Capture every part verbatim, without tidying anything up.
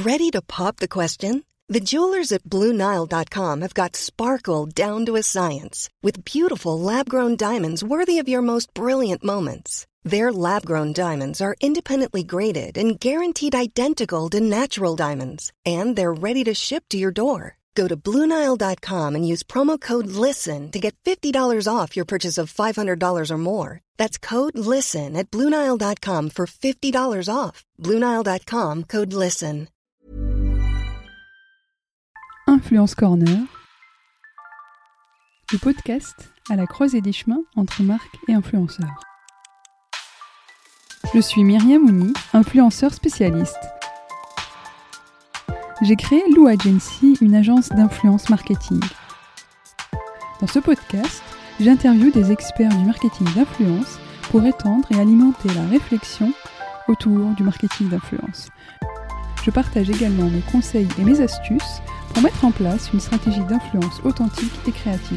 Ready to pop the question? The jewelers at Blue Nile dot com have got sparkle down to a science with beautiful lab-grown diamonds worthy of your most brilliant moments. Their lab-grown diamonds are independently graded and guaranteed identical to natural diamonds, and they're ready to ship to your door. Go to Blue Nile dot com and use promo code LISTEN to get fifty dollars off your purchase of five hundred dollars or more. That's code LISTEN at Blue Nile dot com for fifty dollars off. Blue Nile dot com, code LISTEN. Influence Corner, le podcast à la croisée des chemins entre marques et influenceurs. Je suis Myriam Ouni, influenceur spécialiste. J'ai créé Lou Agency, une agence d'influence marketing. Dans ce podcast, j'interviewe des experts du marketing d'influence pour étendre et alimenter la réflexion autour du marketing d'influence. Je partage également mes conseils et mes astuces pour mettre en place une stratégie d'influence authentique et créative.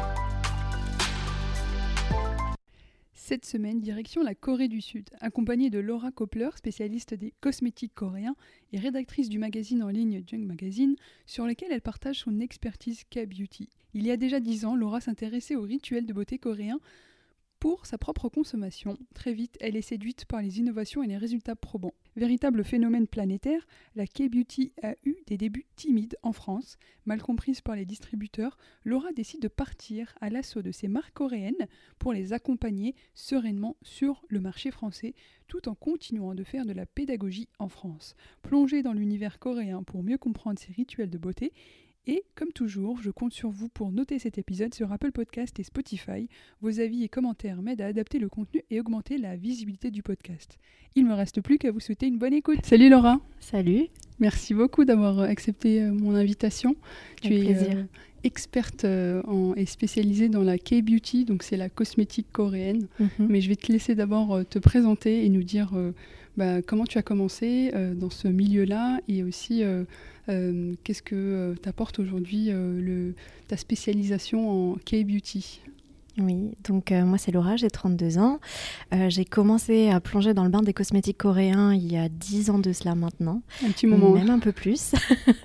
Cette semaine, direction la Corée du Sud, accompagnée de Laura Koppler, spécialiste des cosmétiques coréens et rédactrice du magazine en ligne Jung Magazine, sur lequel elle partage son expertise K-Beauty. Il y a déjà dix ans, Laura s'intéressait aux rituels de beauté coréens pour sa propre consommation. Très vite, elle est séduite par les innovations et les résultats probants. Véritable phénomène planétaire, la K-Beauty a eu des débuts timides en France. Mal comprise par les distributeurs, Laura décide de partir à l'assaut de ces marques coréennes pour les accompagner sereinement sur le marché français, tout en continuant de faire de la pédagogie en France. Plongée dans l'univers coréen pour mieux comprendre ces rituels de beauté. Et, comme toujours, je compte sur vous pour noter cet épisode sur Apple Podcast et Spotify. Vos avis et commentaires m'aident à adapter le contenu et augmenter la visibilité du podcast. Il ne me reste plus qu'à vous souhaiter une bonne écoute. Salut Laura. Salut. Merci beaucoup d'avoir accepté mon invitation. Tu Avec es plaisir. Euh, experte euh, en, et spécialisée dans la K-Beauty, donc c'est la cosmétique coréenne. Mm-hmm. Mais je vais te laisser d'abord euh, te présenter et nous dire euh, bah, comment tu as commencé euh, dans ce milieu-là et aussi... Euh, Euh, qu'est-ce que euh, t'apporte aujourd'hui euh, le, ta spécialisation en K-Beauty ? Oui, donc euh, moi c'est Laura, j'ai trente-deux ans. Euh, j'ai commencé à plonger dans le bain des cosmétiques coréens il y a dix ans de cela maintenant. Un petit moment. Même un peu plus.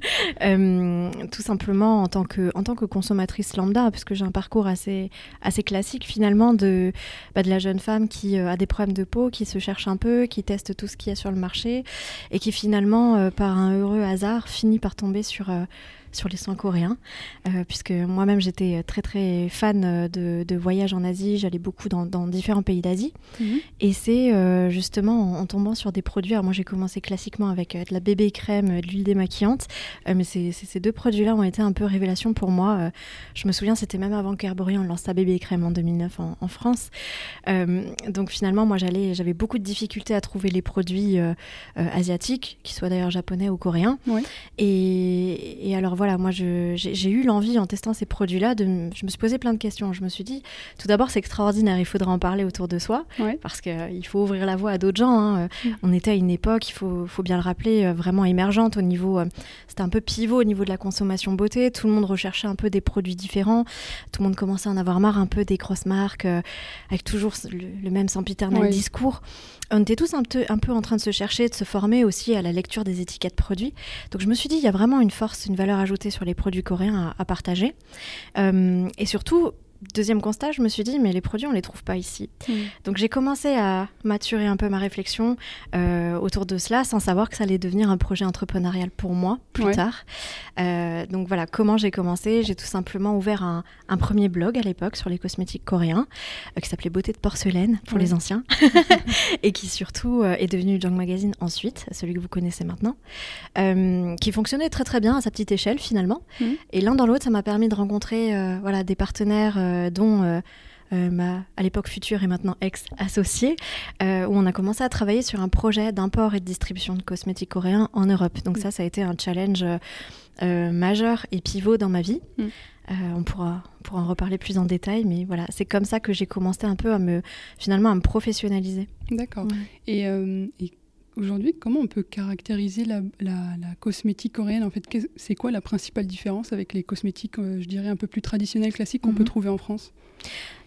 euh, tout simplement en tant que, en tant que consommatrice lambda, puisque j'ai un parcours assez, assez classique finalement de, bah, de la jeune femme qui euh, a des problèmes de peau, qui se cherche un peu, qui teste tout ce qu'il y a sur le marché et qui finalement, euh, par un heureux hasard, finit par tomber sur... Euh, sur les soins coréens, euh, puisque moi-même j'étais très très fan de, de voyages en Asie, j'allais beaucoup dans, dans différents pays d'Asie, mmh. et c'est euh, justement en, en tombant sur des produits, alors moi j'ai commencé classiquement avec euh, de la bébé crème, de l'huile démaquillante, euh, mais c'est, c'est, ces deux produits-là ont été un peu révélation pour moi. Euh, je me souviens, c'était même avant qu'Herborian lance sa bébé crème en deux mille neuf en, en France, euh, donc finalement moi j'allais, j'avais beaucoup de difficultés à trouver les produits euh, euh, asiatiques, qu'ils soient d'ailleurs japonais ou coréens, ouais. et, et alors voilà, Voilà, moi je, j'ai, j'ai eu l'envie en testant ces produits-là, de, je me suis posé plein de questions. Je me suis dit, tout d'abord c'est extraordinaire, il faudra en parler autour de soi, ouais. parce qu'il euh, faut ouvrir la voie à d'autres gens. Hein. Mmh. On était à une époque, il faut, faut bien le rappeler, euh, vraiment émergente au niveau, euh, c'était un peu pivot au niveau de la consommation beauté. Tout le monde recherchait un peu des produits différents, tout le monde commençait à en avoir marre un peu des grosses marques, euh, avec toujours le, le même sempiternel ouais. discours. On était tous un peu, un peu en train de se chercher, de se former aussi à la lecture des étiquettes produits. Donc je me suis dit, il y a vraiment une force, une valeur ajoutée sur les produits coréens à, à partager. Euh, et surtout, deuxième constat, je me suis dit, mais les produits, on ne les trouve pas ici. Mmh. Donc j'ai commencé à maturer un peu ma réflexion euh, autour de cela, sans savoir que ça allait devenir un projet entrepreneurial pour moi, plus ouais. tard. Euh, donc voilà, comment j'ai commencé ? J'ai tout simplement ouvert un, un premier blog à l'époque sur les cosmétiques coréens, euh, qui s'appelait Beauté de porcelaine, pour ouais. les anciens, et qui surtout euh, est devenu Jung Magazine ensuite, celui que vous connaissez maintenant, euh, qui fonctionnait très très bien à sa petite échelle finalement. Mmh. Et l'un dans l'autre, ça m'a permis de rencontrer euh, voilà, des partenaires Euh, dont euh, euh, ma, à l'époque future et maintenant ex-associée, euh, où on a commencé à travailler sur un projet d'import et de distribution de cosmétiques coréens en Europe. Donc mmh. ça, ça a été un challenge euh, majeur et pivot dans ma vie. Mmh. Euh, on pourra, on pourra en reparler plus en détail, mais voilà, c'est comme ça que j'ai commencé un peu à me, finalement, à me professionnaliser. D'accord. Mmh. Et, euh, et aujourd'hui, comment on peut caractériser la, la, la cosmétique coréenne ? En fait, c'est quoi la principale différence avec les cosmétiques, euh, je dirais, un peu plus traditionnels, classiques qu'on mmh. peut trouver en France ?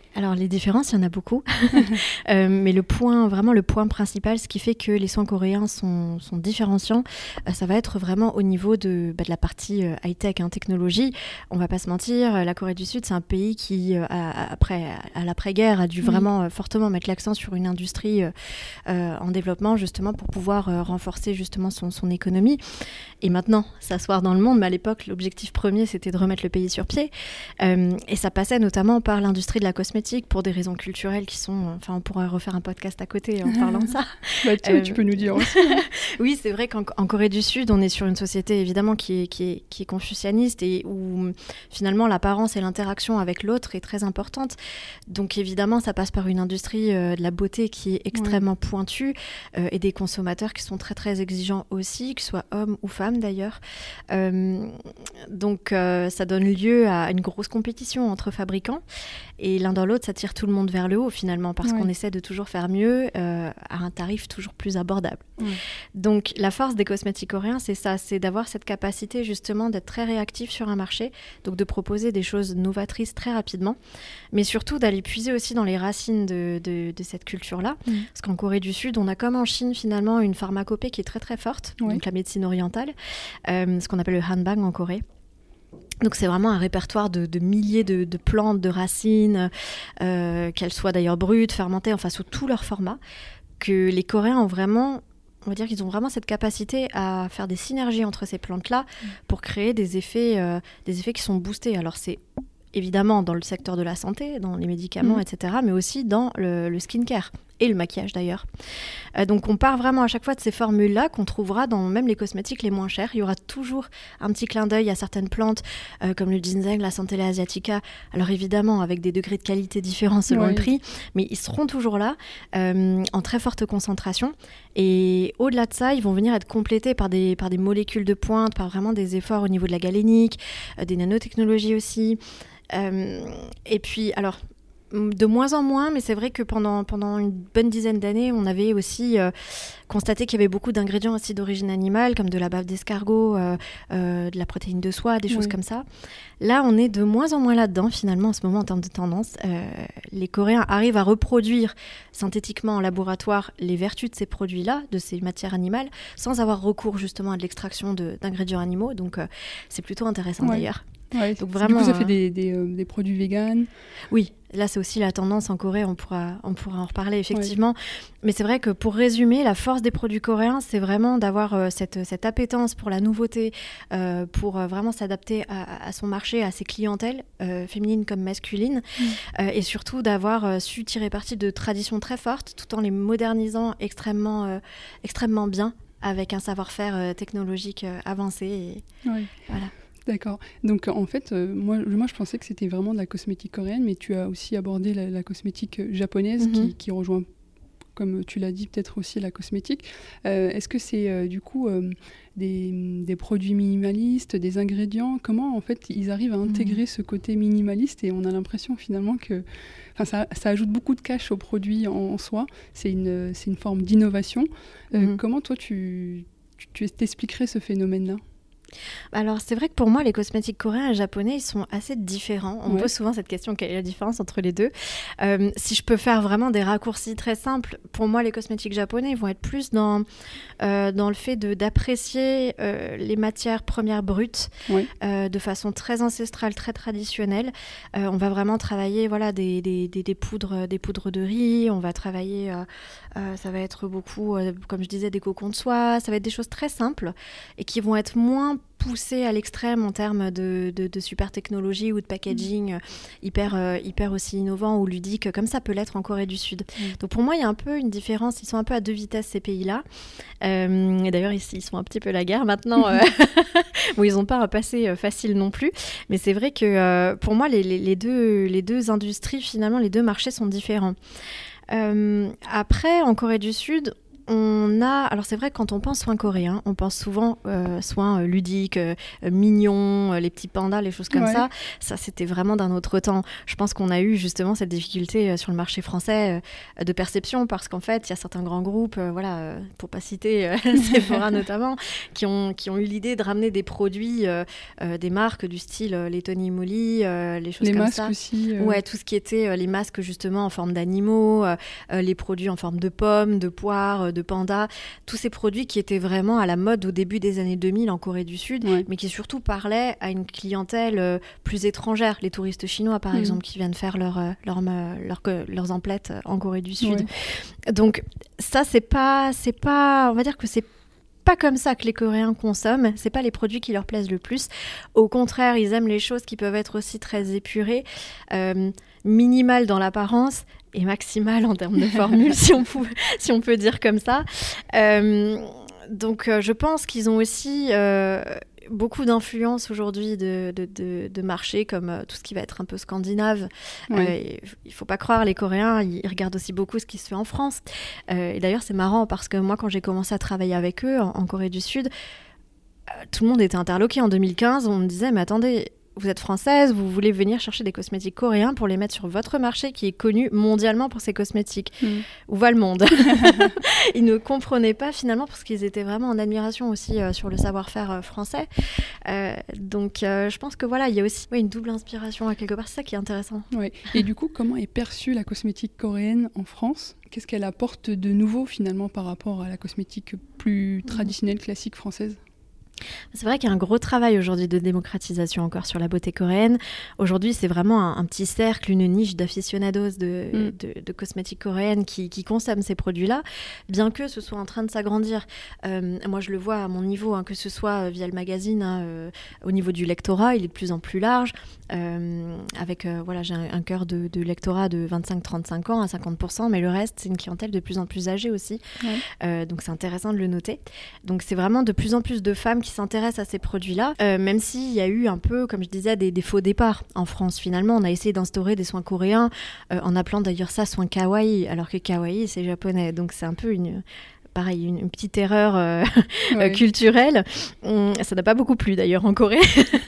Alors les différences, il y en a beaucoup, euh, mais le point, vraiment le point principal, ce qui fait que les soins coréens sont, sont différenciants, euh, ça va être vraiment au niveau de, bah, de la partie euh, high-tech, hein, technologie. On va pas se mentir, la Corée du Sud, c'est un pays qui, euh, a, après, à l'après-guerre, a dû vraiment euh, fortement mettre l'accent sur une industrie euh, euh, en développement, justement pour pouvoir euh, renforcer justement son, son économie. Et maintenant, s'asseoir dans le monde, mais à l'époque, l'objectif premier, c'était de remettre le pays sur pied. Euh, et ça passait notamment par l'industrie de la cosmétique, pour des raisons culturelles qui sont... Enfin, on pourrait refaire un podcast à côté en parlant de ça. Bah, tu, euh... tu peux nous dire aussi. Oui, c'est vrai qu'en en Corée du Sud, on est sur une société évidemment qui est, qui est, qui est confucianiste et où finalement l'apparence et l'interaction avec l'autre est très importante. Donc évidemment, ça passe par une industrie euh, de la beauté qui est extrêmement ouais. pointue euh, et des consommateurs qui sont très très exigeants aussi, que ce soit hommes ou femmes d'ailleurs. Euh, donc euh, ça donne lieu à une grosse compétition entre fabricants. Et l'un dans l'autre, ça tire tout le monde vers le haut finalement, parce ouais. qu'on essaie de toujours faire mieux euh, à un tarif toujours plus abordable. Ouais. Donc la force des cosmétiques coréens, c'est ça, c'est d'avoir cette capacité justement d'être très réactif sur un marché, donc de proposer des choses novatrices très rapidement, mais surtout d'aller puiser aussi dans les racines de, de, de cette culture-là. Mmh. Parce qu'en Corée du Sud, on a comme en Chine finalement une pharmacopée qui est très très forte, ouais. donc la médecine orientale, euh, ce qu'on appelle le hanbang en Corée. Donc c'est vraiment un répertoire de, de milliers de, de plantes, de racines, euh, qu'elles soient d'ailleurs brutes, fermentées, enfin sous tous leurs formats, que les Coréens ont vraiment, on va dire qu'ils ont vraiment cette capacité à faire des synergies entre ces plantes-là pour créer des effets, euh, des effets qui sont boostés. Alors c'est évidemment dans le secteur de la santé, dans les médicaments, mmh. et cetera, mais aussi dans le, le skincare et le maquillage d'ailleurs. Euh, donc on part vraiment à chaque fois de ces formules-là qu'on trouvera dans même les cosmétiques les moins chers. Il y aura toujours un petit clin d'œil à certaines plantes, euh, comme le ginseng, la Centella asiatica. Alors évidemment, avec des degrés de qualité différents selon ouais. le prix, mais ils seront toujours là, euh, en très forte concentration. Et au-delà de ça, ils vont venir être complétés par des, par des molécules de pointe, par vraiment des efforts au niveau de la galénique, euh, des nanotechnologies aussi. Euh, et puis, alors... de moins en moins, mais c'est vrai que pendant, pendant une bonne dizaine d'années, on avait aussi euh, constaté qu'il y avait beaucoup d'ingrédients aussi d'origine animale, comme de la bave d'escargot, euh, euh, de la protéine de soie, des choses oui. comme ça. Là, on est de moins en moins là-dedans, finalement, en ce moment, en termes de tendance. Euh, les Coréens arrivent à reproduire synthétiquement en laboratoire les vertus de ces produits-là, de ces matières animales, sans avoir recours justement à de l'extraction de, d'ingrédients animaux. Donc, euh, c'est plutôt intéressant ouais. d'ailleurs. Ouais, donc vraiment, du coup, ça fait des, des, euh, des produits véganes. Oui, là, c'est aussi la tendance en Corée, on pourra, on pourra en reparler, effectivement. Ouais. Mais c'est vrai que pour résumer, la force des produits coréens, c'est vraiment d'avoir euh, cette, cette appétence pour la nouveauté, euh, pour euh, vraiment s'adapter à, à son marché, à ses clientèles, euh, féminines comme masculines, mmh. euh, et surtout d'avoir euh, su tirer parti de traditions très fortes, tout en les modernisant extrêmement, euh, extrêmement bien, avec un savoir-faire euh, technologique euh, avancé. Et, ouais. Voilà. D'accord. Donc en fait, euh, moi, moi je pensais que c'était vraiment de la cosmétique coréenne, mais tu as aussi abordé la, la cosmétique japonaise mm-hmm. qui, qui rejoint, comme tu l'as dit, peut-être aussi la cosmétique. Euh, est-ce que c'est euh, du coup euh, des, des produits minimalistes, des ingrédients? Comment en fait ils arrivent à intégrer mm-hmm. ce côté minimaliste? Et on a l'impression finalement que ça, ça ajoute beaucoup de cash au produit en, en soi. C'est une, c'est une forme d'innovation. Euh, mm-hmm. Comment toi tu, tu, tu t'expliquerais ce phénomène-là? Alors c'est vrai que pour moi les cosmétiques coréens et japonais ils sont assez différents. On me ouais. pose souvent cette question, quelle est la différence entre les deux? euh, Si je peux faire vraiment des raccourcis très simples, pour moi les cosmétiques japonais ils vont être plus dans, euh, dans le fait de, d'apprécier euh, les matières premières brutes ouais. euh, de façon très ancestrale, très traditionnelle. Euh, on va vraiment travailler voilà, des, des, des, des, poudres, des poudres de riz, on va travailler, euh, euh, ça va être beaucoup, euh, comme je disais, des cocons de soie, ça va être des choses très simples et qui vont être moins poussé à l'extrême en termes de, de, de super technologie ou de packaging mmh. hyper, euh, hyper aussi innovant ou ludique, comme ça peut l'être en Corée du Sud. Mmh. Donc pour moi, il y a un peu une différence. Ils sont un peu à deux vitesses, ces pays-là. Euh, et d'ailleurs, ils, ils sont un petit peu la guerre maintenant. Euh... bon, ils n'ont pas un passé facile non plus. Mais c'est vrai que euh, pour moi, les, les, les, deux, les deux industries, finalement, les deux marchés sont différents. Euh, après, en Corée du Sud, on a... Alors c'est vrai que quand on pense soins coréens, on pense souvent euh, soins euh, ludiques, euh, mignons, euh, les petits pandas, les choses comme ouais. ça. Ça, c'était vraiment d'un autre temps. Je pense qu'on a eu justement cette difficulté euh, sur le marché français euh, de perception, parce qu'en fait, il y a certains grands groupes, euh, voilà, euh, pour pas citer euh, Sephora notamment, qui ont, qui ont eu l'idée de ramener des produits, euh, euh, des marques du style euh, les Tony Moly, euh, les choses les comme masques ça. aussi. Euh... Ouais, tout ce qui était euh, les masques justement en forme d'animaux, euh, euh, les produits en forme de pommes, de poires, euh, de pandas, tous ces produits qui étaient vraiment à la mode au début des années deux mille en Corée du Sud, ouais. mais qui surtout parlaient à une clientèle euh, plus étrangère, les touristes chinois par mmh. exemple, qui viennent faire leur, euh, leur, leur, leur, leurs emplettes en Corée du Sud. Ouais. Donc ça, c'est pas, c'est pas, on va dire que c'est pas comme ça que les Coréens consomment, c'est pas les produits qui leur plaisent le plus. Au contraire, ils aiment les choses qui peuvent être aussi très épurées, euh, minimales dans l'apparence et maximales en termes de formule, si, on peut, si on peut dire comme ça. Euh, donc euh, je pense qu'ils ont aussi euh, beaucoup d'influence aujourd'hui de, de, de, de marché, comme euh, tout ce qui va être un peu scandinave. Oui. Euh, il ne faut pas croire, les Coréens, ils, ils regardent aussi beaucoup ce qui se fait en France. Euh, et d'ailleurs, c'est marrant parce que moi, quand j'ai commencé à travailler avec eux en, en Corée du Sud, euh, tout le monde était interloqué. En deux mille quinze, on me disait, mais attendez, vous êtes française, vous voulez venir chercher des cosmétiques coréens pour les mettre sur votre marché qui est connu mondialement pour ses cosmétiques. Mm. Où va le monde? Ils ne comprenaient pas finalement parce qu'ils étaient vraiment en admiration aussi euh, sur le savoir-faire euh, français. Euh, donc euh, je pense que voilà, il y a aussi ouais, une double inspiration à quelque part. C'est ça qui est intéressant. Ouais. Et du coup, comment est perçue la cosmétique coréenne en France? Qu'est-ce qu'elle apporte de nouveau finalement par rapport à la cosmétique plus traditionnelle, classique française? C'est vrai qu'il y a un gros travail aujourd'hui de démocratisation encore sur la beauté coréenne. Aujourd'hui, c'est vraiment un, un petit cercle, une niche d'aficionados de, mm. de, de cosmétiques coréennes qui, qui consomment ces produits-là, bien que ce soit en train de s'agrandir. Euh, moi, je le vois à mon niveau, hein, que ce soit via le magazine, hein, euh, au niveau du lectorat, il est de plus en plus large. Euh, avec, euh, voilà, j'ai un, un cœur de, de lectorat de vingt-cinq à trente-cinq ans à cinquante pour cent, mais le reste, c'est une clientèle de plus en plus âgée aussi. Ouais. Euh, donc, c'est intéressant de le noter. Donc, c'est vraiment de plus en plus de femmes qui s'intéressent à ces produits-là, euh, même s'il y a eu un peu, comme je disais, des, des faux départs en France. Finalement, on a essayé d'instaurer des soins coréens, euh, en appelant d'ailleurs ça soins kawaii, alors que kawaii, c'est japonais. Donc, c'est un peu une... Pareil, une, une petite erreur euh, ouais. culturelle. On, ça n'a pas beaucoup plu d'ailleurs en Corée.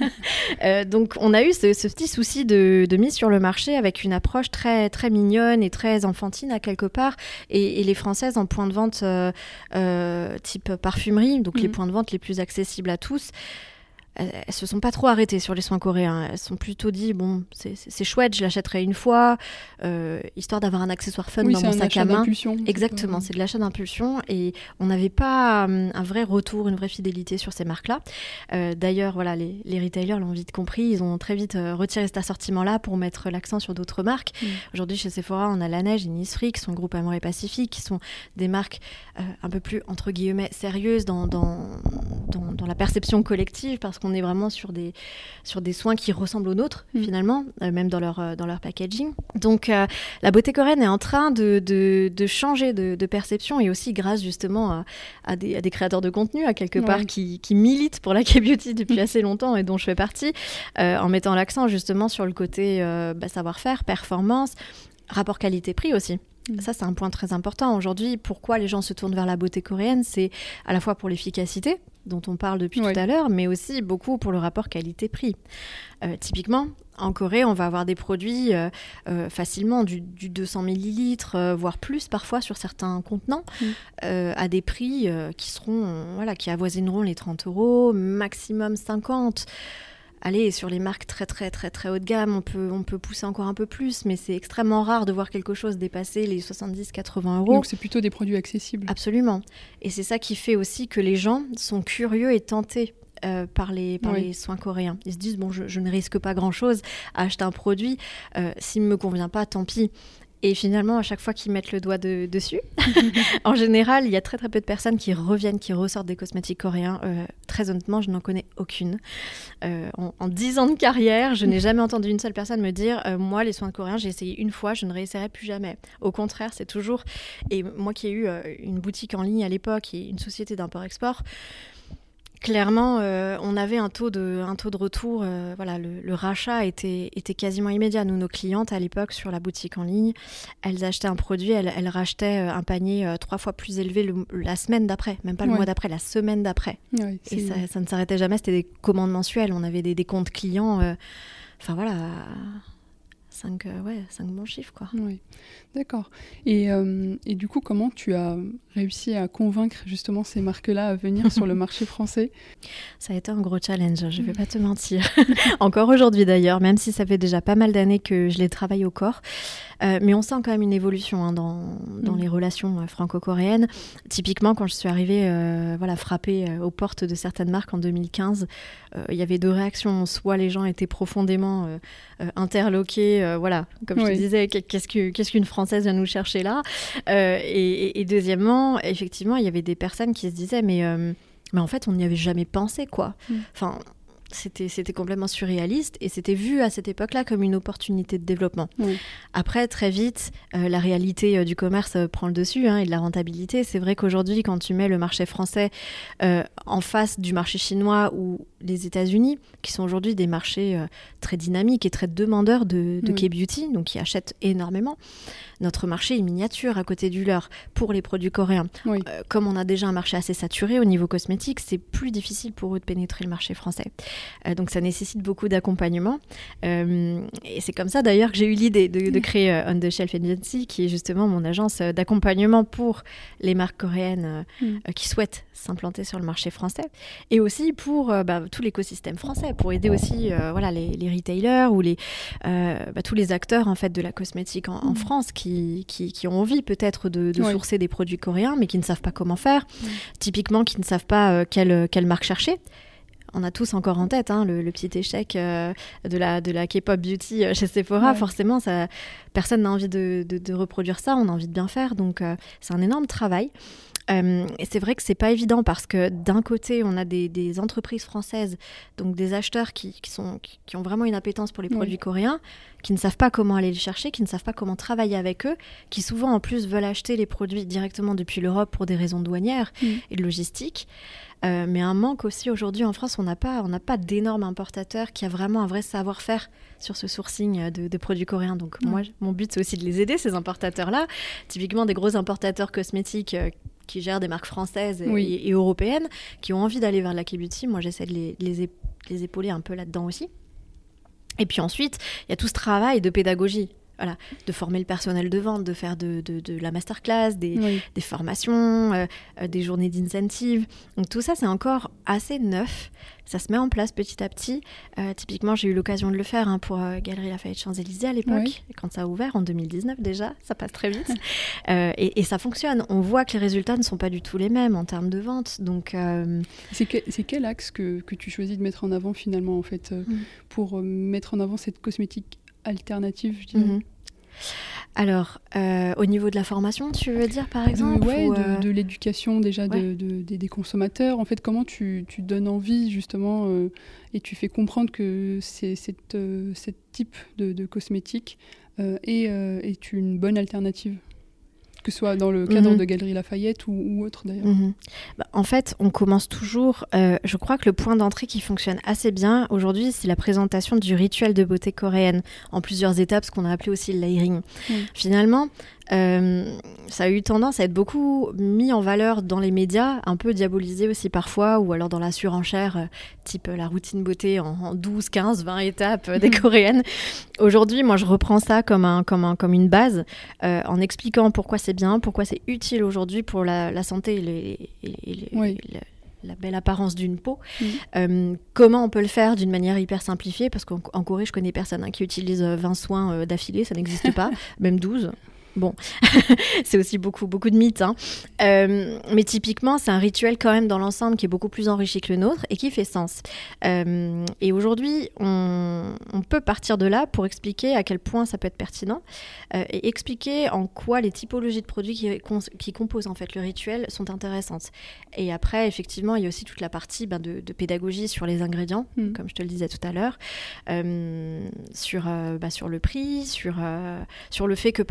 euh, donc on a eu ce, ce petit souci de, de mise sur le marché avec une approche très, très mignonne et très enfantine à quelque part. Et, et les Françaises en point de vente euh, euh, type parfumerie, donc mmh. les points de vente les plus accessibles à tous, elles ne se sont pas trop arrêtées sur les soins coréens. Elles se sont plutôt dit, bon, c'est, c'est, c'est chouette, je l'achèterai une fois, euh, histoire d'avoir un accessoire fun oui, dans mon sac à main. C'est Exactement, c'est, c'est de l'achat d'impulsion. Et on n'avait pas um, un vrai retour, une vraie fidélité sur ces marques-là. Euh, d'ailleurs, voilà, les, les retailers l'ont vite compris. Ils ont très vite euh, retiré cet assortiment-là pour mettre l'accent sur d'autres marques. Mm. Aujourd'hui, chez Sephora, on a La Neige et Innisfree, qui sont le groupe Amour et Pacifique, qui sont des marques euh, un peu plus, entre guillemets, sérieuses dans, dans, dans, dans la perception collective, parce qu'on est vraiment sur des, sur des soins qui ressemblent aux nôtres, mmh. finalement, euh, même dans leur, euh, dans leur packaging. Donc, euh, la beauté coréenne est en train de, de, de changer de, de perception, et aussi grâce, justement, à, à, des, à des créateurs de contenu, à quelque ouais. part, qui, qui militent pour la K-beauty depuis mmh. assez longtemps, et dont je fais partie, euh, en mettant l'accent, justement, sur le côté euh, bah, savoir-faire, performance, rapport qualité-prix aussi. Mmh. Ça, c'est un point très important. Aujourd'hui, pourquoi les gens se tournent vers la beauté coréenne? C'est à la fois pour l'efficacité, dont on parle depuis oui. tout à l'heure, mais aussi beaucoup pour le rapport qualité-prix. Euh, typiquement, en Corée, on va avoir des produits euh, euh, facilement du, du deux cents millilitres, euh, voire plus parfois sur certains contenants, mmh. euh, à des prix euh, qui seront, euh, voilà, qui avoisineront les trente euros, maximum cinquante. Allez, sur les marques très très très très haut de gamme, on peut, on peut pousser encore un peu plus, mais c'est extrêmement rare de voir quelque chose dépasser les soixante-dix à quatre-vingts euros. Donc c'est plutôt des produits accessibles. Absolument. Et c'est ça qui fait aussi que les gens sont curieux et tentés euh, par, les, par oui. les soins coréens. Ils se disent, bon, je, je ne risque pas grand-chose à acheter un produit. Euh, s'il ne me convient pas, tant pis. Et finalement, à chaque fois qu'ils mettent le doigt de, dessus, en général, il y a très très peu de personnes qui reviennent, qui ressortent des cosmétiques coréens. Euh, très honnêtement, je n'en connais aucune. Euh, en, en dix ans de carrière, je n'ai jamais entendu une seule personne me dire euh, « Moi, les soins coréens, j'ai essayé une fois, je ne réessayerai plus jamais. » Au contraire, c'est toujours... Et moi qui ai eu euh, une boutique en ligne à l'époque et une société d'import-export, Clairement, euh, on avait un taux de, un taux de retour. Euh, voilà, le, le rachat était, était quasiment immédiat. Nous, nos clientes, à l'époque, sur la boutique en ligne, elles achetaient un produit, elles, elles rachetaient un panier euh, trois fois plus élevé le, la semaine d'après. Même pas le ouais. mois d'après, la semaine d'après. Ouais, et ça, ça ne s'arrêtait jamais. C'était des commandes mensuelles. On avait des, des comptes clients. Euh, enfin, voilà... Cinq, euh, ouais, cinq bons chiffres, quoi. Oui, d'accord. Et, euh, et du coup, comment tu as réussi à convaincre justement ces marques-là à venir sur le marché français ? Ça a été un gros challenge, je ne vais pas te mentir. Encore aujourd'hui d'ailleurs, même si ça fait déjà pas mal d'années que je les travaille au corps. Euh, mais on sent quand même une évolution hein, dans, dans mmh. les relations euh, franco-coréennes. Typiquement, quand je suis arrivée euh, voilà, frappée euh, aux portes de certaines marques en deux mille quinze, euh, il y avait deux réactions. Soit les gens étaient profondément euh, euh, interloqués, euh, voilà, comme oui. je te disais, qu'est-ce, que, qu'est-ce qu'une Française vient nous chercher là euh, et, et, et deuxièmement, effectivement, il y avait des personnes qui se disaient, mais, euh, mais en fait, on n'y avait jamais pensé, quoi. Mmh. Enfin... C'était, c'était complètement surréaliste et c'était vu à cette époque-là comme une opportunité de développement. Oui. Après, très vite, euh, la réalité euh, du commerce euh, prend le dessus hein, et de la rentabilité. C'est vrai qu'aujourd'hui, quand tu mets le marché français euh, en face du marché chinois ou les États-Unis, qui sont aujourd'hui des marchés euh, très dynamiques et très demandeurs de, de oui. K-beauty, donc qui achètent énormément, notre marché est miniature à côté du leur pour les produits coréens. Oui. Euh, comme on a déjà un marché assez saturé au niveau cosmétique, c'est plus difficile pour eux de pénétrer le marché français. Euh, donc ça nécessite beaucoup d'accompagnement. Euh, et c'est comme ça d'ailleurs que j'ai eu l'idée de, de créer euh, On The Shelf Agency, qui est justement mon agence euh, d'accompagnement pour les marques coréennes euh, mm. euh, qui souhaitent s'implanter sur le marché français. Et aussi pour euh, bah, tout l'écosystème français, pour aider aussi euh, voilà, les, les retailers ou les, euh, bah, tous les acteurs en fait, de la cosmétique en, mm. en France qui, qui, qui ont envie peut-être de, de oui. sourcer des produits coréens, mais qui ne savent pas comment faire. Mm. Typiquement, qui ne savent pas euh, quelle, quelle marque chercher. On a tous encore en tête hein, le, le petit échec euh, de, la, de la K-pop beauty chez Sephora. Ouais. Forcément, ça, personne n'a envie de, de, de reproduire ça. On a envie de bien faire. Donc, euh, c'est un énorme travail. Euh, et c'est vrai que c'est pas évident parce que d'un côté, on a des, des entreprises françaises, donc des acheteurs qui, qui, sont, qui, qui ont vraiment une appétence pour les produits oui. coréens, qui ne savent pas comment aller les chercher, qui ne savent pas comment travailler avec eux, qui souvent en plus veulent acheter les produits directement depuis l'Europe pour des raisons douanières mmh. et de logistique. Euh, mais un manque aussi aujourd'hui en France, on n'a pas, on n'a pas d'énormes importateurs qui a vraiment un vrai savoir-faire sur ce sourcing de, de produits coréens. Donc mmh. moi, mon but c'est aussi de les aider, ces importateurs-là. Typiquement des gros importateurs cosmétiques euh, qui gèrent des marques françaises et, oui. et, et européennes, qui ont envie d'aller vers la K-beauty. Moi, j'essaie de les, les, ép- les épauler un peu là-dedans aussi. Et puis ensuite, il y a tout ce travail de pédagogie. Voilà, de former le personnel de vente, de faire de, de, de la masterclass, des, oui. des formations, euh, euh, des journées d'incentive. Donc tout ça, c'est encore assez neuf. Ça se met en place petit à petit. Euh, typiquement, j'ai eu l'occasion de le faire hein, pour euh, Galeries Lafayette Champs-Élysées à l'époque, oui. quand ça a ouvert en deux mille dix-neuf déjà, ça passe très vite. euh, et, et ça fonctionne. On voit que les résultats ne sont pas du tout les mêmes en termes de vente. Donc, euh... c'est, que, c'est quel axe que, que tu choisis de mettre en avant finalement en fait, euh, mm. pour euh, mettre en avant cette cosmétique alternative, je dirais. Mm-hmm. Alors, euh, au niveau de la formation, tu veux dire par exemple Oui, ou, euh... de, de l'éducation déjà ouais. de, de, de, des consommateurs. En fait, comment tu, tu donnes envie justement euh, et tu fais comprendre que c'est, cette, euh, cette type de, de cosmétique euh, est, euh, est une bonne alternative, que ce soit dans le cadre mmh. de Galeries Lafayette ou, ou autre d'ailleurs. Mmh. Bah, en fait, on commence toujours, euh, je crois que le point d'entrée qui fonctionne assez bien aujourd'hui, c'est la présentation du rituel de beauté coréenne en plusieurs étapes, ce qu'on a appelé aussi le layering. Mmh. Finalement, euh, ça a eu tendance à être beaucoup mis en valeur dans les médias, un peu diabolisé aussi parfois, ou alors dans la surenchère, euh, type euh, la routine beauté en, en douze, quinze, vingt étapes euh, des mmh. coréennes. Aujourd'hui, moi, je reprends ça comme, un, comme, un, comme une base, euh, en expliquant pourquoi c'est bien, pourquoi c'est utile aujourd'hui pour la, la santé et, les, et, les, oui. et la, la belle apparence d'une peau. Mmh. Euh, comment on peut le faire d'une manière hyper simplifiée, parce qu'en en Corée, je connais personne hein, qui utilise vingt soins euh, d'affilée, ça n'existe pas, même douze. Bon, c'est aussi beaucoup, beaucoup de mythes. Hein. Euh, mais typiquement, c'est un rituel quand même dans l'ensemble qui est beaucoup plus enrichi que le nôtre et qui fait sens. Euh, et aujourd'hui, on, on peut partir de là pour expliquer à quel point ça peut être pertinent euh, et expliquer en quoi les typologies de produits qui, qui composent en fait le rituel sont intéressantes. Et après, effectivement, il y a aussi toute la partie ben, de, de pédagogie sur les ingrédients, mmh. comme je te le disais tout à l'heure, euh, sur, euh, bah, sur le prix, sur, euh, sur le fait que, par exemple,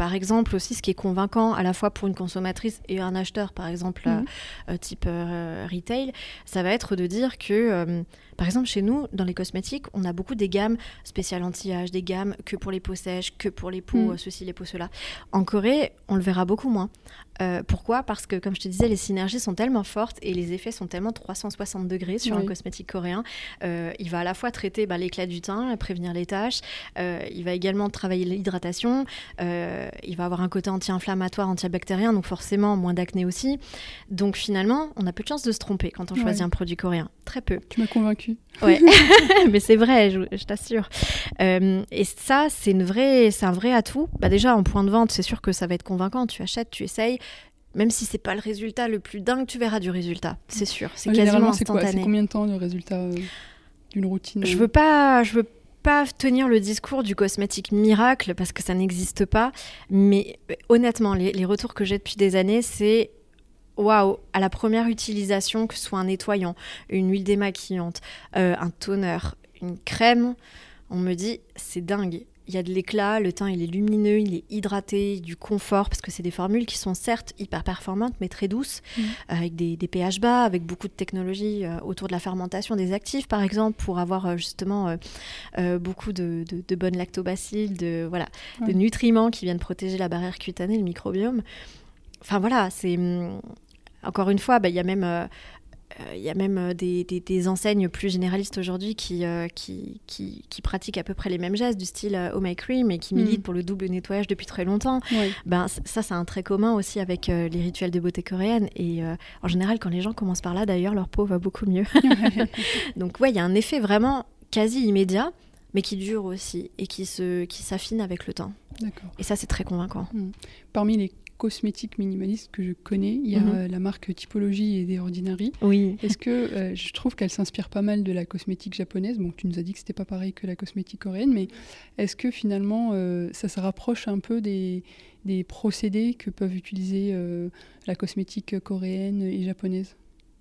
exemple aussi, ce qui est convaincant à la fois pour une consommatrice et un acheteur, par exemple, mmh. euh, type euh, retail, ça va être de dire que, euh, par exemple, chez nous, dans les cosmétiques, on a beaucoup des gammes spéciales anti-âge, des gammes que pour les peaux sèches, que pour les peaux, mmh. ceci, les peaux, cela. En Corée, on le verra beaucoup moins. Euh, pourquoi ? Parce que, comme je te disais, les synergies sont tellement fortes et les effets sont tellement trois cent soixante degrés sur oui. un cosmétique coréen. Euh, il va à la fois traiter bah, l'éclat du teint, prévenir les taches. Euh, il va également travailler l'hydratation. Euh, il va avoir un côté anti-inflammatoire, antibactérien, donc forcément moins d'acné aussi. Donc finalement, on a peu de chances de se tromper quand on ouais. choisit un produit coréen. Très peu. Tu m'as convaincue. Ouais, mais c'est vrai, je, je t'assure. Euh, et ça, c'est, une vraie, c'est un vrai atout. Bah déjà, en point de vente, c'est sûr que ça va être convaincant. Tu achètes, tu essayes. Même si c'est pas le résultat le plus dingue, tu verras du résultat, c'est sûr. C'est ouais, quasiment instantané. C'est, quoi, c'est combien de temps le résultat euh, d'une routine ? Je veux pas, je veux pas tenir le discours du cosmétique miracle parce que ça n'existe pas. Mais honnêtement, les, les retours que j'ai depuis des années, c'est waouh, à la première utilisation, que ce soit un nettoyant, une huile démaquillante, euh, un toner, une crème, on me dit c'est dingue. Il y a de l'éclat, le teint il est lumineux, il est hydraté, du confort, parce que c'est des formules qui sont certes hyper performantes, mais très douces, mmh. avec des, des pH bas, avec beaucoup de technologies euh, autour de la fermentation des actifs, par exemple, pour avoir euh, justement euh, euh, beaucoup de, de, de bonnes lactobacilles, de, voilà, ouais. de nutriments qui viennent protéger la barrière cutanée, le microbiome. Enfin voilà, c'est... Encore une fois, bah, y a même... Euh, Il y a même des, des, des enseignes plus généralistes aujourd'hui qui, euh, qui, qui, qui pratiquent à peu près les mêmes gestes, du style euh, Oh My Cream, et qui militent mmh. pour le double nettoyage depuis très longtemps. Oui. Ben, ça, c'est un trait commun aussi avec euh, les rituels de beauté coréenne. Et euh, en général, quand les gens commencent par là, d'ailleurs, leur peau va beaucoup mieux. Donc, ouais, il y a un effet vraiment quasi immédiat, mais qui dure aussi et qui, se, qui s'affine avec le temps. D'accord. Et ça, c'est très convaincant. Mmh. Parmi les cosmétiques minimalistes que je connais, il y a mmh. euh, la marque Typologie et The Ordinary. Oui. Est-ce que euh, je trouve qu'elle s'inspire pas mal de la cosmétique japonaise. Bon, tu nous as dit que c'était pas pareil que la cosmétique coréenne, mais est-ce que finalement euh, ça se rapproche un peu des, des procédés que peuvent utiliser euh, la cosmétique coréenne et japonaise ?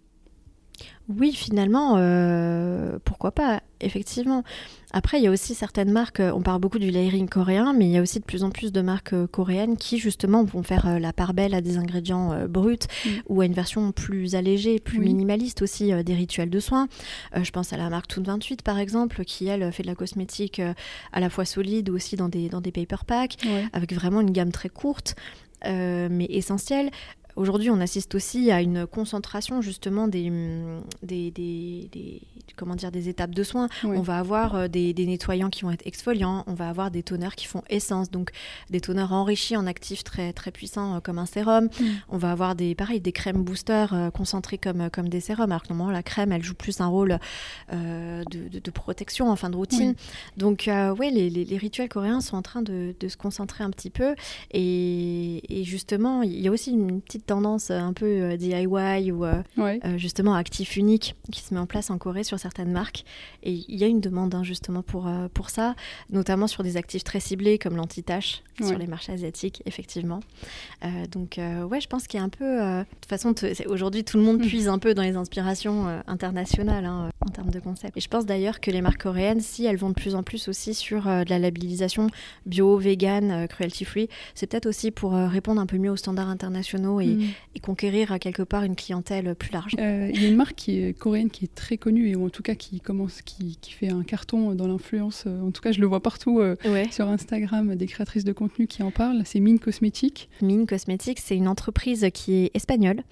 Oui, finalement, euh, pourquoi pas, effectivement. Après, il y a aussi certaines marques, on parle beaucoup du layering coréen, mais il y a aussi de plus en plus de marques euh, coréennes qui, justement, vont faire euh, la part belle à des ingrédients euh, bruts mmh. ou à une version plus allégée, plus oui. minimaliste aussi, euh, des rituels de soins. Euh, je pense à la marque Toon vingt-huit, par exemple, qui, elle, fait de la cosmétique euh, à la fois solide ou aussi dans des, dans des paper packs, ouais. avec vraiment une gamme très courte, euh, mais essentielle. Aujourd'hui, on assiste aussi à une concentration justement des, des, des, des, comment dire, des étapes de soins. Oui. On va avoir des, des nettoyants qui vont être exfoliants, on va avoir des toners qui font essence, donc des toners enrichis en actifs très, très puissants comme un sérum. Mm. On va avoir des, pareil, des crèmes boosters euh, concentrées comme, comme des sérums, alors que normalement la crème, elle joue plus un rôle euh, de, de, de protection en fin de routine. Oui. Donc euh, oui, les, les, les rituels coréens sont en train de, de se concentrer un petit peu et, et justement, il y a aussi une petite tendance un peu euh, D I Y ou euh, ouais. euh, justement actif unique qui se met en place en Corée sur certaines marques. Et il y a une demande hein, justement pour, euh, pour ça, notamment sur des actifs très ciblés comme l'anti-tache ouais. sur les marchés asiatiques, effectivement. Euh, donc euh, ouais, je pense qu'il y a un peu... Euh, de toute façon, t- aujourd'hui, tout le monde puise un peu dans les inspirations euh, internationales hein, en termes de concept. Et je pense d'ailleurs que les marques coréennes, si elles vont de plus en plus aussi sur euh, de la labellisation bio, vegan, euh, cruelty-free, c'est peut-être aussi pour euh, répondre un peu mieux aux standards internationaux et mm. et conquérir à quelque part une clientèle plus large. Il euh, y a une marque qui est coréenne qui est très connue et en tout cas qui commence, qui, qui fait un carton dans l'influence. En tout cas, je le vois partout euh, ouais. sur Instagram, des créatrices de contenu qui en parlent. C'est Mine Cosmetics. Mine Cosmetics, c'est une entreprise qui est espagnole,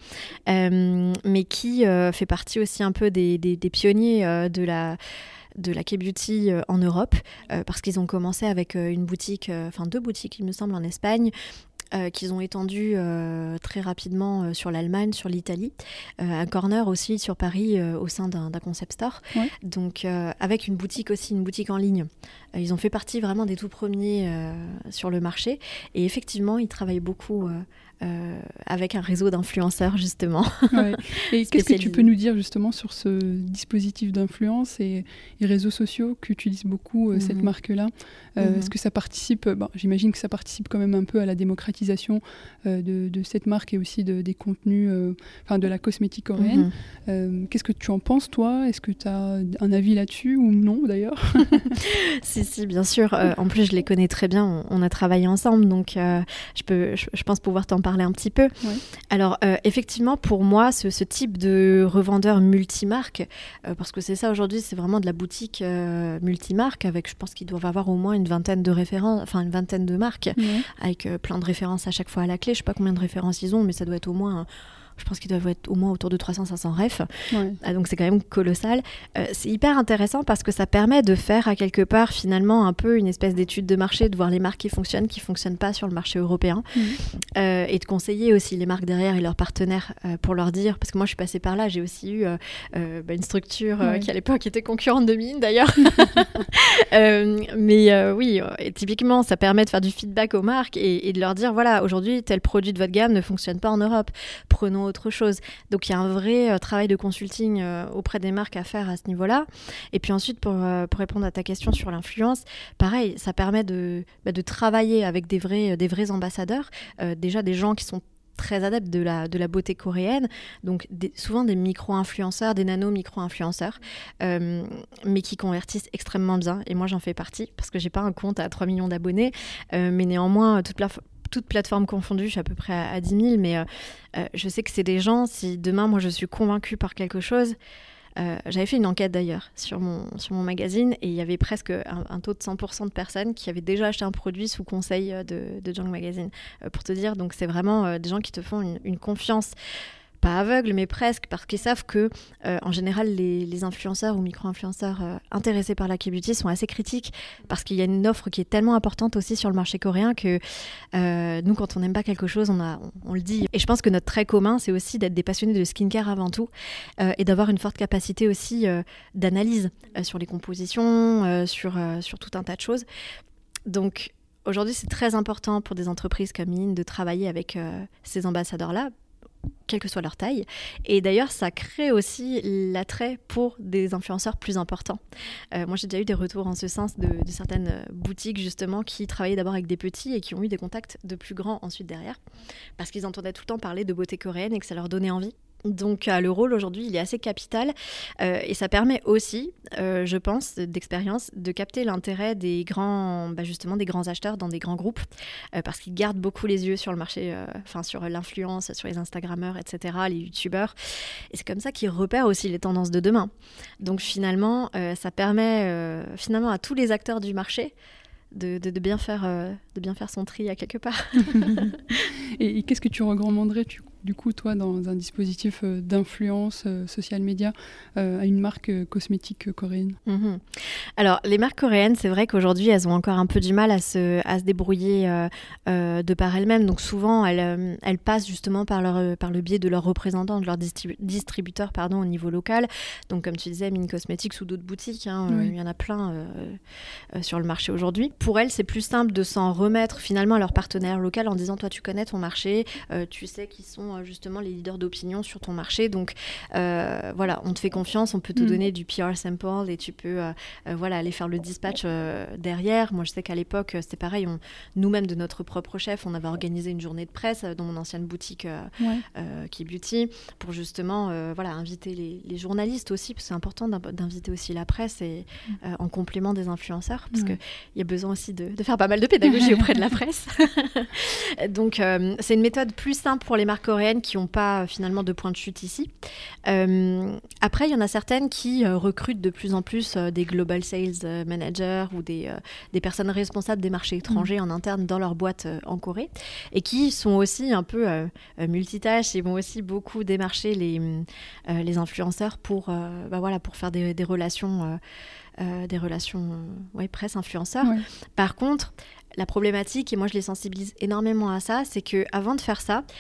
euh, mais qui euh, fait partie aussi un peu des, des, des pionniers euh, de la de la K-Beauty euh, en Europe, euh, parce qu'ils ont commencé avec euh, une boutique, enfin euh, deux boutiques, il me semble, en Espagne, Euh, qu'ils ont étendu euh, très rapidement euh, sur l'Allemagne, sur l'Italie, euh, un corner aussi sur Paris euh, au sein d'un, d'un concept store. Ouais. Donc euh, avec une boutique aussi, une boutique en ligne. Euh, ils ont fait partie vraiment des tout premiers euh, sur le marché et effectivement ils travaillent beaucoup euh, euh, avec un réseau d'influenceurs justement. Ouais. Et qu'est-ce que tu peux nous dire justement sur ce dispositif d'influence et, et réseaux sociaux qu'utilise beaucoup euh, mmh. cette marque-là euh, mmh. Est-ce que ça participe, bon, j'imagine que ça participe quand même un peu à la démocratisation euh, de, de cette marque et aussi de, des contenus, enfin euh, de la cosmétique coréenne. Mmh. Euh, qu'est-ce que tu en penses toi? Est-ce que tu as un avis là-dessus ou non d'ailleurs? Si, si, bien sûr. Euh, en plus, je les connais très bien. On, on a travaillé ensemble, donc euh, je, peux, je, je pense pouvoir t'en parler un petit peu. Ouais. Alors, euh, effectivement, pour moi, ce, ce type de revendeur multimarque, euh, parce que c'est ça aujourd'hui, c'est vraiment de la boutique euh, multimarque, avec, je pense qu'ils doivent avoir au moins une vingtaine de références, enfin une vingtaine de marques, ouais. avec euh, plein de références à chaque fois à la clé. Je ne sais pas combien de références ils ont, mais ça doit être au moins... Je pense qu'ils doivent être au moins autour de trois cents à cinq cents refs. Ouais. Ah, donc c'est quand même colossal. Euh, c'est hyper intéressant parce que ça permet de faire à quelque part finalement un peu une espèce d'étude de marché, de voir les marques qui fonctionnent, qui ne fonctionnent pas sur le marché européen. Mmh. Euh, et de conseiller aussi les marques derrière et leurs partenaires euh, pour leur dire, parce que moi je suis passée par là, j'ai aussi eu euh, euh, bah, une structure euh, ouais. qui à l'époque était concurrente de Mine d'ailleurs. euh, mais euh, oui, et typiquement ça permet de faire du feedback aux marques et, et de leur dire, voilà, aujourd'hui tel produit de votre gamme ne fonctionne pas en Europe. Prenons autre chose. Donc il y a un vrai euh, travail de consulting euh, auprès des marques à faire à ce niveau-là. Et puis ensuite, pour, euh, pour répondre à ta question sur l'influence, pareil, ça permet de, bah, de travailler avec des vrais, des vrais ambassadeurs, euh, déjà des gens qui sont très adeptes de la, de la beauté coréenne, donc des, souvent des micro-influenceurs, des nano-micro-influenceurs, euh, mais qui convertissent extrêmement bien. Et moi, j'en fais partie, parce que j'ai pas un compte à trois millions d'abonnés, euh, mais néanmoins, toute la... toutes plateformes confondues, je suis à peu près à, à dix mille, mais euh, euh, je sais que c'est des gens, si demain, moi, je suis convaincue par quelque chose, euh, j'avais fait une enquête d'ailleurs sur mon, sur mon magazine, et il y avait presque un, un taux de cent pour cent de personnes qui avaient déjà acheté un produit sous conseil de, de Junk Magazine, euh, pour te dire. Donc, c'est vraiment euh, des gens qui te font une, une confiance, pas aveugle, mais presque, parce qu'ils savent que, euh, en général, les, les influenceurs ou micro-influenceurs euh, intéressés par la K-beauty sont assez critiques, parce qu'il y a une offre qui est tellement importante aussi sur le marché coréen que euh, nous, quand on n'aime pas quelque chose, on, a, on, on le dit. Et je pense que notre trait commun, c'est aussi d'être des passionnés de skincare avant tout, euh, et d'avoir une forte capacité aussi euh, d'analyse euh, sur les compositions, euh, sur, euh, sur tout un tas de choses. Donc, aujourd'hui, c'est très important pour des entreprises comme Mine de travailler avec euh, ces ambassadeurs-là, quelle que soit leur taille. Et d'ailleurs, ça crée aussi l'attrait pour des influenceurs plus importants. Euh, moi, j'ai déjà eu des retours en ce sens de, de certaines boutiques, justement, qui travaillaient d'abord avec des petits et qui ont eu des contacts de plus grands ensuite derrière, parce qu'ils entendaient tout le temps parler de beauté coréenne et que ça leur donnait envie. Donc euh, le rôle aujourd'hui, il est assez capital euh, et ça permet aussi, euh, je pense, d'expérience, de capter l'intérêt des grands, bah justement des grands acheteurs dans des grands groupes, euh, parce qu'ils gardent beaucoup les yeux sur le marché, enfin euh, sur l'influence, sur les Instagrammeurs, et cetera, les YouTubeurs. Et c'est comme ça qu'ils repèrent aussi les tendances de demain. Donc finalement, euh, ça permet euh, finalement à tous les acteurs du marché De, de, de, bien faire, euh, de bien faire son tri à quelque part. et, et qu'est-ce que tu recommanderais tu, du coup, toi, dans un dispositif euh, d'influence euh, social media euh, à une marque euh, cosmétique euh, coréenne? mm-hmm. Alors, les marques coréennes, c'est vrai qu'aujourd'hui, elles ont encore un peu du mal à se, à se débrouiller euh, euh, de par elles-mêmes. Donc souvent, elles, euh, elles passent justement par, leur, par le biais de leurs représentants, de leurs distribu- distributeurs pardon, au niveau local. Donc, comme tu disais, Mine Cosmetics ou d'autres boutiques, hein, oui. euh, il y en a plein euh, euh, sur le marché aujourd'hui. Pour elles, c'est plus simple de s'en remettre finalement à leur partenaire local en disant, toi, tu connais ton marché, euh, tu sais qui sont euh, justement les leaders d'opinion sur ton marché. Donc, euh, voilà, on te fait confiance, on peut te mm. donner du P R sample et tu peux euh, euh, voilà, aller faire le dispatch euh, derrière. Moi, je sais qu'à l'époque, c'était pareil. On, nous-mêmes, de notre propre chef, on avait organisé une journée de presse dans mon ancienne boutique euh, ouais. euh, K-beauty pour justement euh, voilà, inviter les, les journalistes aussi, parce que c'est important d'inviter aussi la presse et, mm. euh, en complément des influenceurs, parce ouais. qu'il y a besoin aussi de, de faire pas mal de pédagogie auprès de la presse. Donc, euh, c'est une méthode plus simple pour les marques coréennes qui n'ont pas euh, finalement de point de chute ici. Euh, après, il y en a certaines qui euh, recrutent de plus en plus euh, des global sales managers ou des, euh, des personnes responsables des marchés étrangers mmh. en interne dans leur boîte euh, en Corée, et qui sont aussi un peu euh, multitâches et vont aussi beaucoup démarcher les, euh, les influenceurs pour, euh, bah voilà, pour faire des, des relations... Euh, Euh, des relations euh, ouais, presse-influenceurs. Ouais. Par contre, la problématique, et moi je les sensibilise énormément à ça, c'est qu'avant de faire ça, il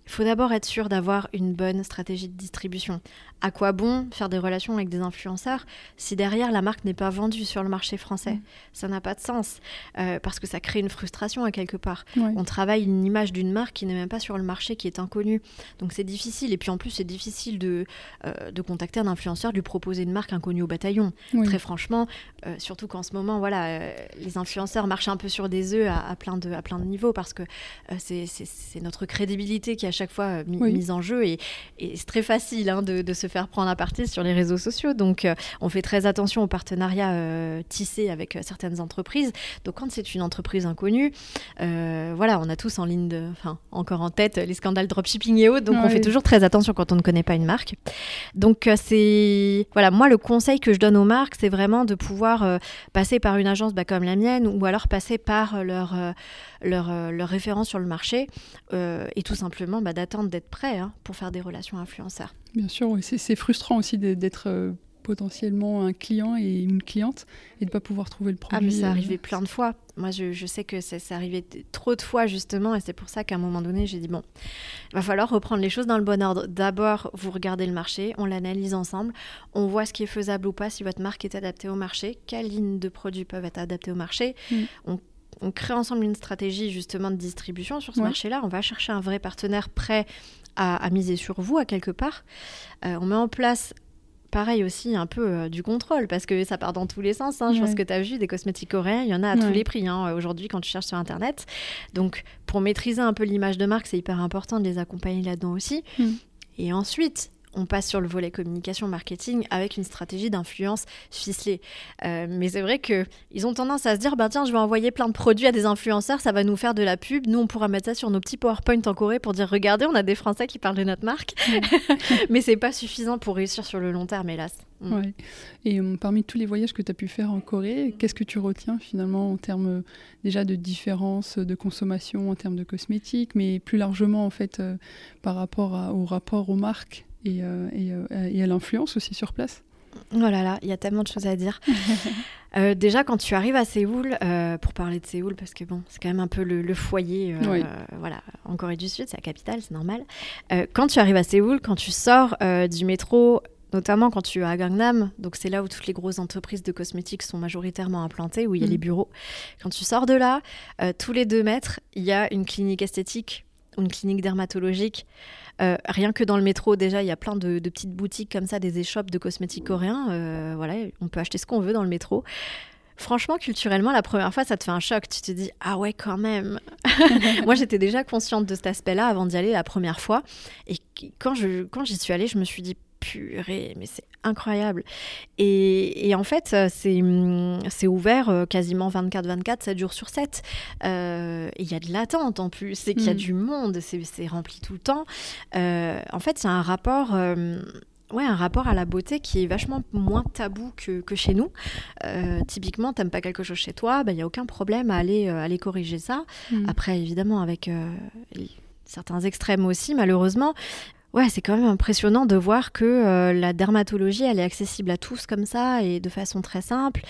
Il faut d'abord être sûr d'avoir une bonne stratégie de distribution. À quoi bon faire des relations avec des influenceurs si derrière la marque n'est pas vendue sur le marché français ? Mmh. Ça n'a pas de sens, euh, parce que ça crée une frustration à quelque part. Ouais. On travaille une image d'une marque qui n'est même pas sur le marché, qui est inconnue. Donc c'est difficile. Et puis en plus, c'est difficile de, euh, de contacter un influenceur, de lui proposer une marque inconnue au bataillon. Oui. Très franchement, euh, surtout qu'en ce moment, voilà, euh, les influenceurs marchent un peu sur des œufs à, à, plein, de, à plein de niveaux, parce que euh, c'est, c'est, c'est notre crédibilité qui est à chaque fois euh, mi- oui. mise en jeu. Et, et c'est très facile hein, de, de se faire prendre à partie sur les réseaux sociaux. Donc, euh, on fait très attention aux partenariats euh, tissés avec euh, certaines entreprises. Donc, quand c'est une entreprise inconnue, euh, voilà, on a tous en ligne, de, enfin, encore en tête les scandales dropshipping et autres. Donc, ouais. on fait toujours très attention quand on ne connaît pas une marque. Donc, euh, c'est... Voilà, moi, le conseil que je donne aux marques, c'est vraiment de pouvoir euh, passer par une agence bah, comme la mienne ou alors passer par leur, euh, leur, euh, leur référence sur le marché euh, et tout simplement bah, d'attendre d'être prêt hein, pour faire des relations influenceurs. Bien sûr, oui. c'est, c'est frustrant aussi d'être euh, potentiellement un client et une cliente et de ne pas pouvoir trouver le produit. Ah mais ça arrivait euh... plein de fois. Moi, je, je sais que ça, ça arrivait t- trop de fois justement et c'est pour ça qu'à un moment donné, j'ai dit bon, il va falloir reprendre les choses dans le bon ordre. D'abord, vous regardez le marché, on l'analyse ensemble, on voit ce qui est faisable ou pas, si votre marque est adaptée au marché, quelles lignes de produits peuvent être adaptées au marché. Mm. On On crée ensemble une stratégie justement de distribution sur ce ouais. marché-là. On va chercher un vrai partenaire prêt à, à miser sur vous à quelque part. Euh, on met en place, pareil aussi, un peu euh, du contrôle parce que ça part dans tous les sens. Hein. Je ouais. pense que tu as vu des cosmétiques coréens, il y en a à ouais. tous les prix hein, aujourd'hui quand tu cherches sur Internet. Donc pour maîtriser un peu l'image de marque, c'est hyper important de les accompagner là-dedans aussi. Mm. Et ensuite... on passe sur le volet communication marketing avec une stratégie d'influence ficelée. Euh, mais c'est vrai qu'ils ont tendance à se dire bah, tiens, je vais envoyer plein de produits à des influenceurs, ça va nous faire de la pub. Nous, on pourra mettre ça sur nos petits PowerPoint en Corée pour dire regardez, on a des Français qui parlent de notre marque. Mmh. Mais c'est pas suffisant pour réussir sur le long terme, hélas. Mmh. Ouais. Et um, parmi tous les voyages que tu as pu faire en Corée, qu'est-ce que tu retiens finalement en termes euh, déjà de différence de consommation en termes de cosmétiques, mais plus largement en fait euh, par rapport à, au rapport aux marques et, euh, et, euh, et à l'influence aussi sur place? Oh là là, il y a tellement de choses à dire. euh, déjà, quand tu arrives à Séoul, euh, pour parler de Séoul, parce que bon, c'est quand même un peu le, le foyer, euh, oui. euh, voilà, en Corée du Sud, c'est la capitale, c'est normal. Euh, quand tu arrives à Séoul, quand tu sors euh, du métro, notamment quand tu es à Gangnam, donc c'est là où toutes les grosses entreprises de cosmétiques sont majoritairement implantées, où il y a mmh. les bureaux. Quand tu sors de là, euh, tous les deux mètres, il y a une clinique esthétique ou une clinique dermatologique. Euh, rien que dans le métro, déjà, il y a plein de, de petites boutiques comme ça, des échoppes de cosmétiques coréens. Euh, voilà, on peut acheter ce qu'on veut dans le métro. Franchement, culturellement, la première fois, ça te fait un choc. Tu te dis, ah ouais, quand même. Moi, j'étais déjà consciente de cet aspect-là avant d'y aller la première fois. Et quand, je, quand j'y suis allée, je me suis dit, purée, mais c'est incroyable. Et, et en fait, c'est, c'est ouvert quasiment vingt-quatre vingt-quatre, sept jours sur sept. Euh, et il y a de l'attente en plus. C'est qu'il y a mmh. du monde, c'est, c'est rempli tout le temps. Euh, en fait, il y a un rapport... Euh, Ouais, un rapport à la beauté qui est vachement moins tabou que, que chez nous. Euh, typiquement, t'aimes pas quelque chose chez toi, il n'y a aucun problème à aller, euh, aller corriger ça. Mmh. Après, évidemment, avec euh, les, certains extrêmes aussi, malheureusement. Ouais, c'est quand même impressionnant de voir que euh, la dermatologie, elle est accessible à tous comme ça et de façon très simple.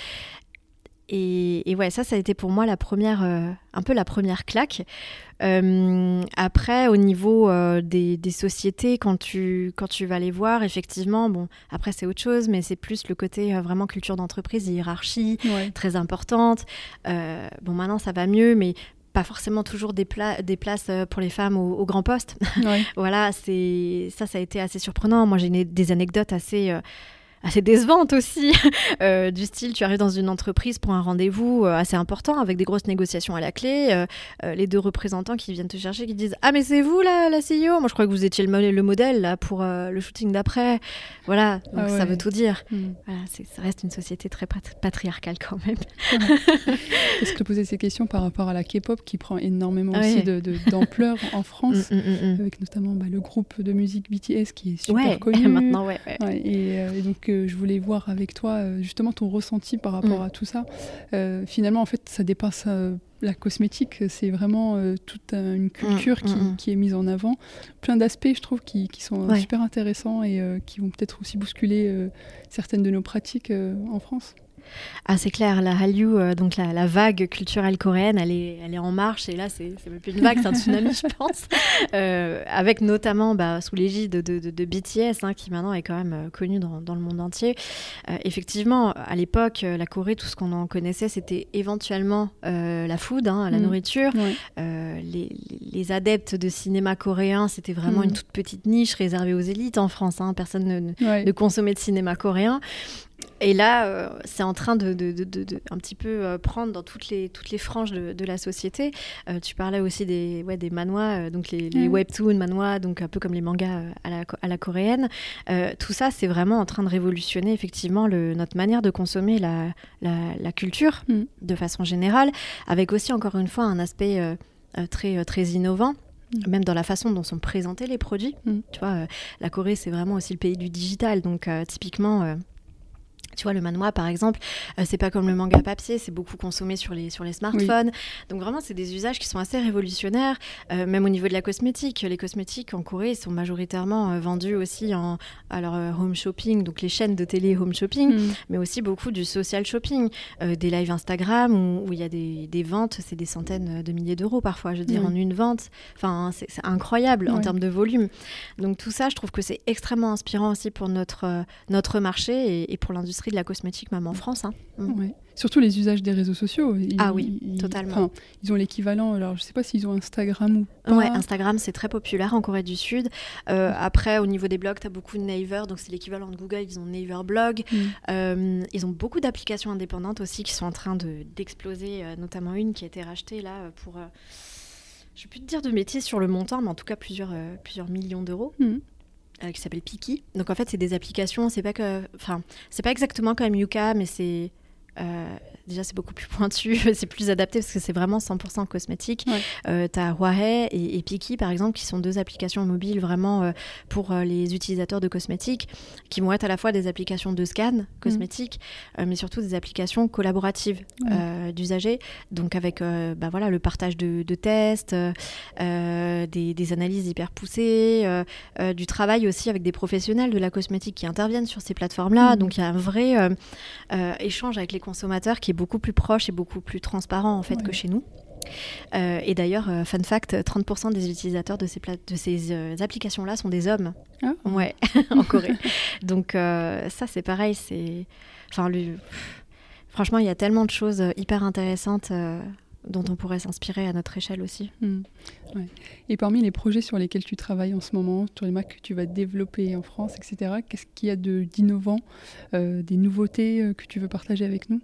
Et, et ouais, ça, ça a été pour moi la première, euh, un peu la première claque. Euh, après, au niveau euh, des, des sociétés, quand tu, quand tu vas les voir, effectivement, bon, après c'est autre chose, mais c'est plus le côté euh, vraiment culture d'entreprise, hiérarchie, ouais. très importante. Euh, bon, maintenant ça va mieux, mais pas forcément toujours des, pla- des places pour les femmes au, au grand poste. Ouais. Voilà, c'est, ça, ça a été assez surprenant. Moi, j'ai une, des anecdotes assez... Euh, assez décevante aussi, euh, du style tu arrives dans une entreprise pour un rendez-vous euh, assez important avec des grosses négociations à la clé, euh, euh, les deux représentants qui viennent te chercher qui disent ah mais c'est vous là la C E O, moi je croyais que vous étiez le, le modèle là pour euh, le shooting d'après, voilà, donc ah ouais. ça veut tout dire. mmh. Voilà, c'est, ça reste une société très pat- patriarcale quand même. Est-ce que tu posais ces questions par rapport à la K-pop qui prend énormément ah aussi ouais. de, de, d'ampleur en France, mmh, mmh, mmh. avec notamment bah, le groupe de musique B T S qui est super ouais. connu maintenant ouais, ouais. Ouais, et, euh, et donc que je voulais voir avec toi euh, justement ton ressenti par rapport mmh. à tout ça. Euh, finalement, en fait, ça dépasse euh, la cosmétique. C'est vraiment euh, toute euh, une culture mmh. qui, mmh. qui est mise en avant. Plein d'aspects, je trouve, qui, qui sont ouais. super intéressants et euh, qui vont peut-être aussi bousculer euh, certaines de nos pratiques euh, en France. Ah, c'est clair, la Hallyu, euh, donc la, la vague culturelle coréenne, elle est, elle est en marche. Et là, c'est, c'est même plus une vague, c'est un tsunami, je pense. Euh, avec notamment, bah, sous l'égide de, de, de B T S, hein, qui maintenant est quand même euh, connu dans, dans le monde entier. Euh, effectivement, à l'époque, la Corée, tout ce qu'on en connaissait, c'était éventuellement euh, la food, hein, la mmh. nourriture. Ouais. Euh, les, les adeptes de cinéma coréen, c'était vraiment mmh. une toute petite niche réservée aux élites en France. Hein. Personne ne, ne, ouais. ne consommait de cinéma coréen. Et là, euh, c'est en train de, de, de, de, de un petit peu euh, prendre dans toutes les, toutes les franges de, de la société. Euh, tu parlais aussi des, ouais, des manhwas, euh, donc les, les mmh. webtoons, manhwas, donc un peu comme les mangas euh, à, la, à la coréenne. Euh, tout ça, c'est vraiment en train de révolutionner effectivement le, notre manière de consommer la, la, la culture mmh. de façon générale, avec aussi encore une fois un aspect euh, euh, très, très innovant. Mmh. Même dans la façon dont sont présentés les produits. Mmh. Tu vois, euh, la Corée, c'est vraiment aussi le pays du digital. Donc, euh, typiquement... Euh, Tu vois, le manhwa, par exemple, euh, c'est pas comme le manga papier, c'est beaucoup consommé sur les, sur les smartphones. Oui. Donc vraiment, c'est des usages qui sont assez révolutionnaires, euh, même au niveau de la cosmétique. Les cosmétiques en Corée sont majoritairement euh, vendus aussi en alors, euh, home shopping, donc les chaînes de télé home shopping, mm. mais aussi beaucoup du social shopping, euh, des lives Instagram où il y a des, des ventes, c'est des centaines de milliers d'euros parfois, je veux dire, oui. en une vente. Enfin, c'est, c'est incroyable oui. en termes de volume. Donc tout ça, je trouve que c'est extrêmement inspirant aussi pour notre, euh, notre marché et, et pour l'industrie de la cosmétique même en France. Hein. Mm. Ouais. Surtout les usages des réseaux sociaux. Ils, ah oui, ils, totalement. Ils ont l'équivalent, alors je ne sais pas s'ils ont Instagram ou pas. Ouais, Instagram, c'est très populaire en Corée du Sud. Euh, après, au niveau des blogs, tu as beaucoup de Naver, donc c'est l'équivalent de Google, ils ont Naver Blog. Mm. Euh, ils ont beaucoup d'applications indépendantes aussi qui sont en train de, d'exploser, euh, notamment une qui a été rachetée là pour... Euh, je ne vais plus te dire de métier sur le montant, mais en tout cas plusieurs, euh, plusieurs millions d'euros. Mm. Euh, qui s'appelle Piki. Donc en fait, c'est des applications, c'est pas que, enfin, c'est pas exactement comme Yuka, mais c'est euh, déjà c'est beaucoup plus pointu, c'est plus adapté parce que c'est vraiment cent pour cent cosmétique. Ouais. Euh, t'as Huawei et, et Piki par exemple qui sont deux applications mobiles vraiment euh, pour euh, les utilisateurs de cosmétiques qui vont être à la fois des applications de scan cosmétique, mmh. euh, mais surtout des applications collaboratives ouais. euh, d'usagers. Donc avec euh, bah voilà le partage de, de tests, euh, des, des analyses hyper poussées, euh, euh, du travail aussi avec des professionnels de la cosmétique qui interviennent sur ces plateformes-là. Mmh. Donc il y a un vrai euh, euh, échange avec les consommateurs qui est beaucoup plus proche et beaucoup plus transparent en fait ouais. que chez nous. Euh, et d'ailleurs, euh, fun fact, trente pour cent des utilisateurs de ces, pla- de ces euh, applications-là sont des hommes. Ah. Ouais, en Corée. Donc euh, ça, c'est pareil. C'est... Enfin, le... Franchement, il y a tellement de choses hyper intéressantes euh, dont on pourrait s'inspirer à notre échelle aussi. Mmh. Ouais. Et parmi les projets sur lesquels tu travailles en ce moment, sur les marques que tu vas développer en France, et cetera, qu'est-ce qu'il y a de, d'innovant, euh, des nouveautés euh, que tu veux partager avec nous ?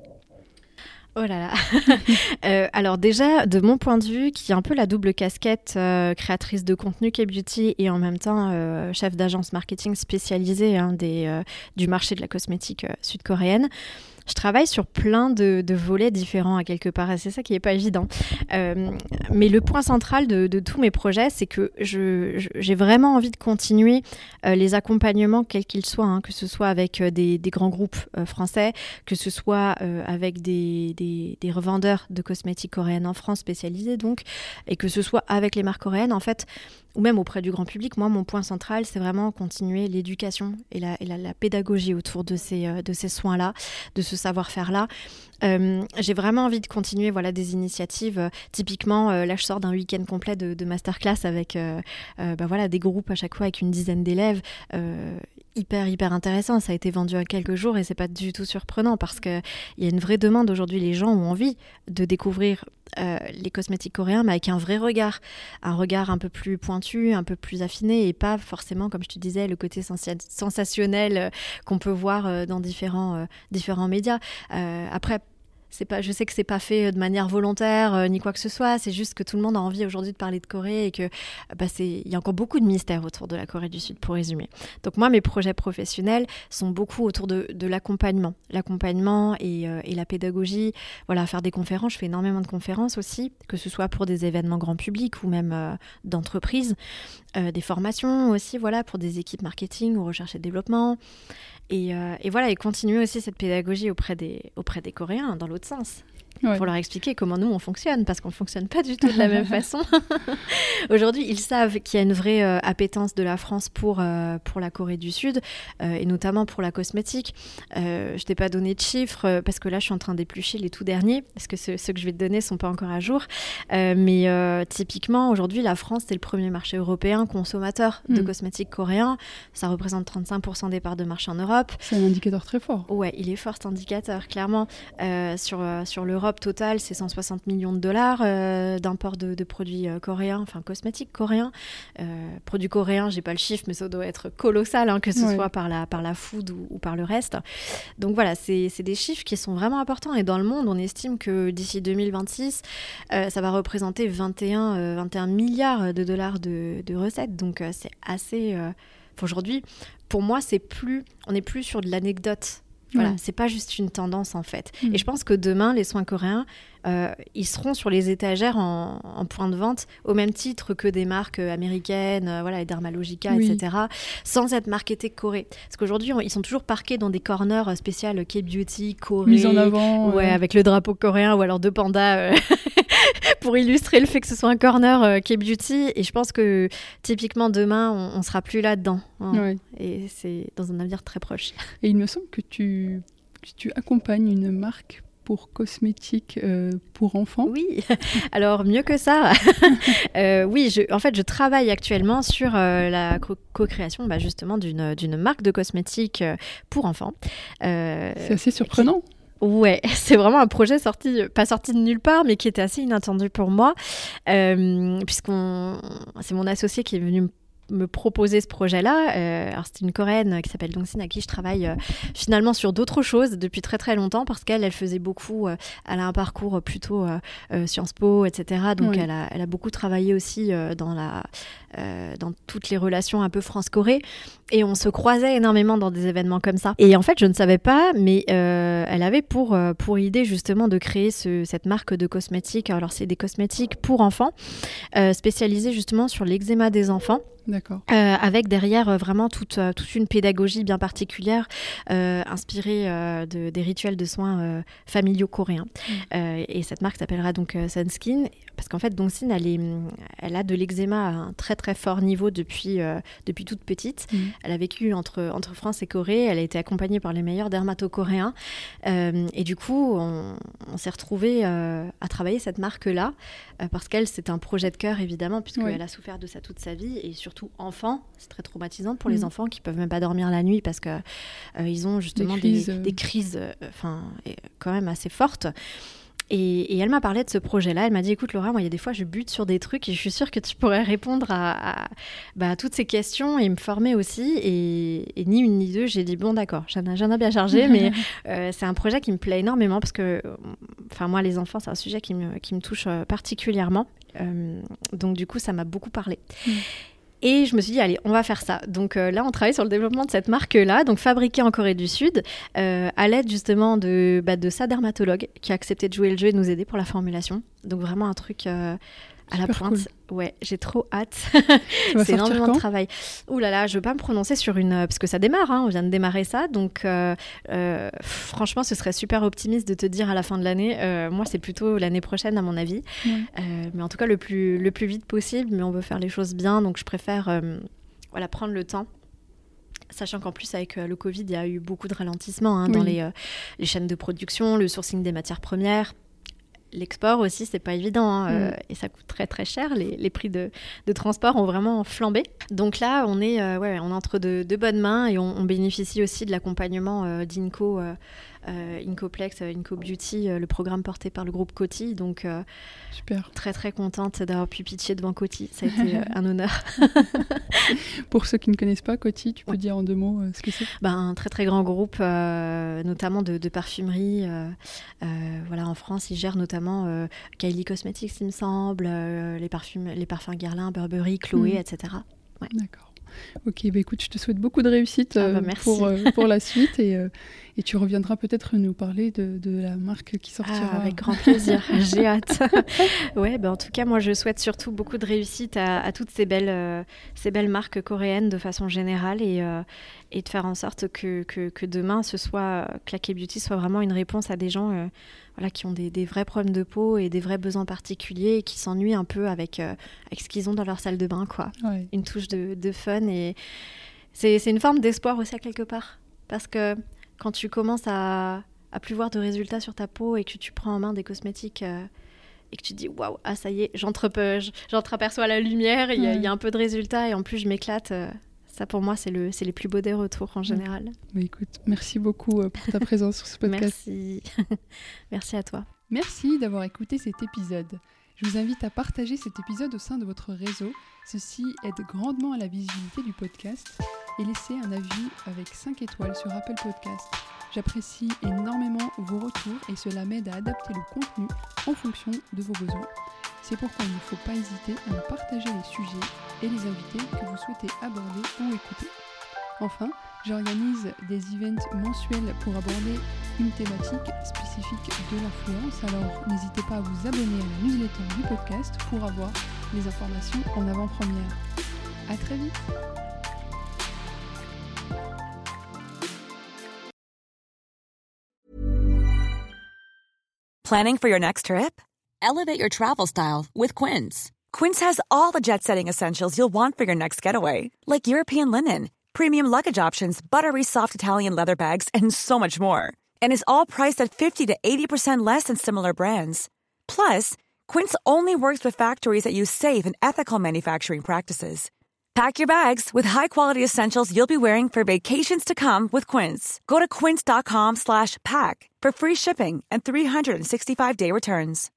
Oh là là. euh, alors déjà, de mon point de vue, qui est un peu la double casquette euh, créatrice de contenu K-Beauty et en même temps euh, chef d'agence marketing spécialisée hein, des, euh, du marché de la cosmétique euh, sud-coréenne, je travaille sur plein de, de volets différents à quelque part et c'est ça qui n'est pas évident. Euh, mais le point central de, de tous mes projets, c'est que je, je, j'ai vraiment envie de continuer euh, les accompagnements, quels qu'ils soient, hein, que ce soit avec euh, des, des grands groupes euh, français, que ce soit euh, avec des, des, des revendeurs de cosmétiques coréennes en France spécialisés donc, et que ce soit avec les marques coréennes. En fait, ou même auprès du grand public, moi, mon point central, c'est vraiment continuer l'éducation et la, et la, la pédagogie autour de ces, euh, de ces soins-là, de ce savoir-faire-là. Euh, j'ai vraiment envie de continuer voilà, des initiatives. Euh, typiquement, euh, là, je sors d'un week-end complet de, de masterclass avec euh, euh, bah, voilà, des groupes à chaque fois avec une dizaine d'élèves. Euh, hyper, hyper intéressant. Ça a été vendu à quelques jours et c'est pas du tout surprenant parce qu'il y a une vraie demande aujourd'hui. Les gens ont envie de découvrir euh, les cosmétiques coréens, mais avec un vrai regard. Un regard un peu plus pointu, un peu plus affiné et pas forcément, comme je te disais, le côté sensi- sensationnel euh, qu'on peut voir euh, dans différents, euh, différents médias. Euh, après, c'est pas, je sais que c'est pas fait de manière volontaire euh, ni quoi que ce soit, c'est juste que tout le monde a envie aujourd'hui de parler de Corée et que bah, c'est, il y a encore beaucoup de mystères autour de la Corée du Sud pour résumer. Donc moi mes projets professionnels sont beaucoup autour de, de l'accompagnement, l'accompagnement et, euh, et la pédagogie, voilà, faire des conférences, je fais énormément de conférences aussi, que ce soit pour des événements grand public ou même euh, d'entreprises, euh, des formations aussi voilà, pour des équipes marketing ou recherche et développement. Et, euh, et voilà, et continuer aussi cette pédagogie auprès des, auprès des Coréens, dans l'autre sens. Ouais. Pour leur expliquer comment nous on fonctionne, parce qu'on ne fonctionne pas du tout de la même façon. Aujourd'hui, ils savent qu'il y a une vraie euh, appétence de la France pour, euh, pour la Corée du Sud, euh, et notamment pour la cosmétique. Euh, je ne t'ai pas donné de chiffres, euh, parce que là, je suis en train d'éplucher les tout derniers, parce que ce, ceux que je vais te donner ne sont pas encore à jour. Euh, mais euh, typiquement, aujourd'hui, la France, c'est le premier marché européen consommateur de mmh. cosmétiques coréens. Ça représente trente-cinq pour cent des parts de marché en Europe. C'est un indicateur très fort. Ouais, il est fort cet indicateur, clairement. Euh, sur, euh, sur l'Europe, total, c'est cent soixante millions de dollars euh, d'import de, de produits euh, coréens, enfin cosmétiques coréens. Euh, produits coréens, j'ai pas le chiffre, mais ça doit être colossal, hein, que ce ouais. soit par la, par la food ou, ou par le reste. Donc voilà, c'est, c'est des chiffres qui sont vraiment importants. Et dans le monde, on estime que d'ici deux mille vingt-six, euh, ça va représenter vingt et un, euh, vingt et un milliards de dollars de, de recettes. Donc euh, c'est assez... Euh... Aujourd'hui, pour moi, c'est plus, on n'est plus sur de l'anecdote. Voilà, mmh. c'est pas juste une tendance en fait. Mmh. Et je pense que demain, les soins coréens, euh, ils seront sur les étagères en, en point de vente au même titre que des marques américaines, euh, voilà, les Dermalogica, oui. et cetera, sans être marketés Corée. Parce qu'aujourd'hui, on, ils sont toujours parqués dans des corners spéciaux K-beauty, Corée, mise en avant, ouais, ouais, avec le drapeau coréen ou alors deux pandas. Euh... pour illustrer le fait que ce soit un corner euh, K-beauty. Et je pense que typiquement demain, on ne sera plus là-dedans. Hein. Ouais. Et c'est dans un avenir très proche. Et il me semble que tu, que tu accompagnes une marque pour cosmétiques euh, pour enfants. Oui, alors mieux que ça. euh, oui, je, en fait, je travaille actuellement sur euh, la co- co-création bah, justement d'une, d'une marque de cosmétiques euh, pour enfants. Euh, c'est assez surprenant. Qui... Ouais, c'est vraiment un projet sorti, pas sorti de nulle part, mais qui était assez inattendu pour moi, euh, puisqu'on, c'est mon associé qui est venu me me proposer ce projet-là. Euh, alors c'était une Coréenne qui s'appelle Dongsin, à qui je travaille euh, finalement sur d'autres choses depuis très très longtemps, parce qu'elle, elle faisait beaucoup, euh, elle a un parcours plutôt euh, euh, Sciences Po, et cetera. Donc oui. elle, a, elle a beaucoup travaillé aussi euh, dans, la, euh, dans toutes les relations un peu France-Corée, et on se croisait énormément dans des événements comme ça. Et en fait, je ne savais pas, mais euh, elle avait pour, euh, pour idée justement de créer ce, cette marque de cosmétiques. Alors c'est des cosmétiques pour enfants, euh, spécialisés justement sur l'eczéma des enfants. D'accord. Euh, avec derrière euh, vraiment toute, euh, toute une pédagogie bien particulière euh, inspirée euh, de, des rituels de soins euh, familiaux coréens. Mmh. Euh, et cette marque s'appellera donc euh, Sunskin, parce qu'en fait Dongsin, elle, est, elle a de l'eczéma à un très très fort niveau depuis, euh, depuis toute petite. Mmh. Elle a vécu entre, entre France et Corée, elle a été accompagnée par les meilleurs dermato-coréens. Euh, et du coup, on, on s'est retrouvés euh, à travailler cette marque-là, euh, parce qu'elle, c'est un projet de cœur évidemment, puisqu'elle oui. a souffert de ça toute sa vie, et surtout Surtout enfants, c'est très traumatisant pour mmh. les enfants qui peuvent même pas dormir la nuit parce que euh, ils ont justement des crises, des, euh... des crises enfin euh, quand même assez fortes. Et, et elle m'a parlé de ce projet-là. Elle m'a dit, écoute Laura, moi il y a des fois je bute sur des trucs et je suis sûre que tu pourrais répondre à, à, bah, à toutes ces questions et me former aussi. Et, et ni une ni deux, j'ai dit bon d'accord, j'en ai, j'en ai bien chargé, mais euh, c'est un projet qui me plaît énormément parce que, enfin moi les enfants c'est un sujet qui me, qui me touche particulièrement. Euh, donc du coup ça m'a beaucoup parlé. Mmh. Et je me suis dit, allez, on va faire ça. Donc euh, là, on travaille sur le développement de cette marque-là, donc fabriquée en Corée du Sud, euh, à l'aide justement de, bah, de sa dermatologue qui a accepté de jouer le jeu et de nous aider pour la formulation. Donc vraiment un truc euh, à Super la pointe. Cool. Ouais, j'ai trop hâte. C'est énormément de travail. Ouh là là, je ne veux pas me prononcer sur une... Parce que ça démarre, hein, on vient de démarrer ça. Donc euh, euh, franchement, ce serait super optimiste de te dire à la fin de l'année. Euh, moi, c'est plutôt l'année prochaine, à mon avis. Ouais. Euh, mais en tout cas, le plus, le plus vite possible. Mais on veut faire les choses bien. Donc je préfère euh, voilà, prendre le temps. Sachant qu'en plus, avec euh, le Covid, il y a eu beaucoup de ralentissements hein, oui. dans les, euh, les chaînes de production, le sourcing des matières premières. L'export aussi, c'est pas évident hein, mmh. euh, et ça coûte très très cher. Les, les prix de, de transport ont vraiment flambé. Donc là, on est, euh, ouais, on est entre de, de bonnes mains et on, on bénéficie aussi de l'accompagnement euh, d'Inco, euh, euh, Incoplex, euh, Inco Beauty, euh, le programme porté par le groupe Coty. Donc euh, super. Très très contente d'avoir pu pitcher devant Coty. Ça a été euh, un honneur. Pour ceux qui ne connaissent pas Coty, tu peux ouais. dire en deux mots euh, ce que c'est? Ben, un très très grand groupe, euh, notamment de, de parfumerie. Euh, euh, voilà, en France, ils gèrent notamment Euh, Kylie Cosmetics, il me semble, euh, les, parfums, les parfums Guerlain, Burberry, Chloé, mmh. et cetera. Ouais. D'accord. Ok, bah écoute, je te souhaite beaucoup de réussite ah bah euh, pour, euh, pour la suite et, euh, Et tu reviendras peut-être nous parler de, de la marque qui sortira. Ah, avec grand plaisir, j'ai hâte. Ouais, bah en tout cas, moi je souhaite surtout beaucoup de réussite à, à toutes ces belles, euh, ces belles marques coréennes de façon générale et, euh, et de faire en sorte que, que, que demain, ce soit Claqué Beauty soit vraiment une réponse à des gens euh, voilà, qui ont des, des vrais problèmes de peau et des vrais besoins particuliers et qui s'ennuient un peu avec, euh, avec ce qu'ils ont dans leur salle de bain, quoi. Ouais. Une touche de, de fun et c'est, c'est une forme d'espoir aussi à quelque part. Parce que quand tu commences à, à plus voir de résultats sur ta peau et que tu prends en main des cosmétiques euh, et que tu te dis waouh, ah ça y est, j'entre, j'entreaperçois la lumière, il ouais. y, y a un peu de résultats et en plus je m'éclate. Euh, ça pour moi c'est, le, c'est les plus beaux des retours en général. Mais écoute, merci beaucoup pour ta présence sur ce podcast. Merci. Merci à toi. Merci d'avoir écouté cet épisode. Je vous invite à partager cet épisode au sein de votre réseau. Ceci aide grandement à la visibilité du podcast. Et laissez un avis avec cinq étoiles sur Apple Podcast. J'apprécie énormément vos retours et cela m'aide à adapter le contenu en fonction de vos besoins. C'est pourquoi il ne faut pas hésiter à me partager les sujets et les invités que vous souhaitez aborder ou écouter. Enfin, j'organise des events mensuels pour aborder une thématique spécifique de l'influence, alors n'hésitez pas à vous abonner à la newsletter du podcast pour avoir les informations en avant-première. À très vite! Planning for your next trip? Elevate your travel style with Quince. Quince has all the jet-setting essentials you'll want for your next getaway, like European linen, premium luggage options, buttery soft Italian leather bags, and so much more. And is all priced at fifty to eighty percent less than similar brands. Plus, Quince only works with factories that use safe and ethical manufacturing practices. Pack your bags with high-quality essentials you'll be wearing for vacations to come with Quince. Go to quince.com slash pack for free shipping and three sixty-five day returns.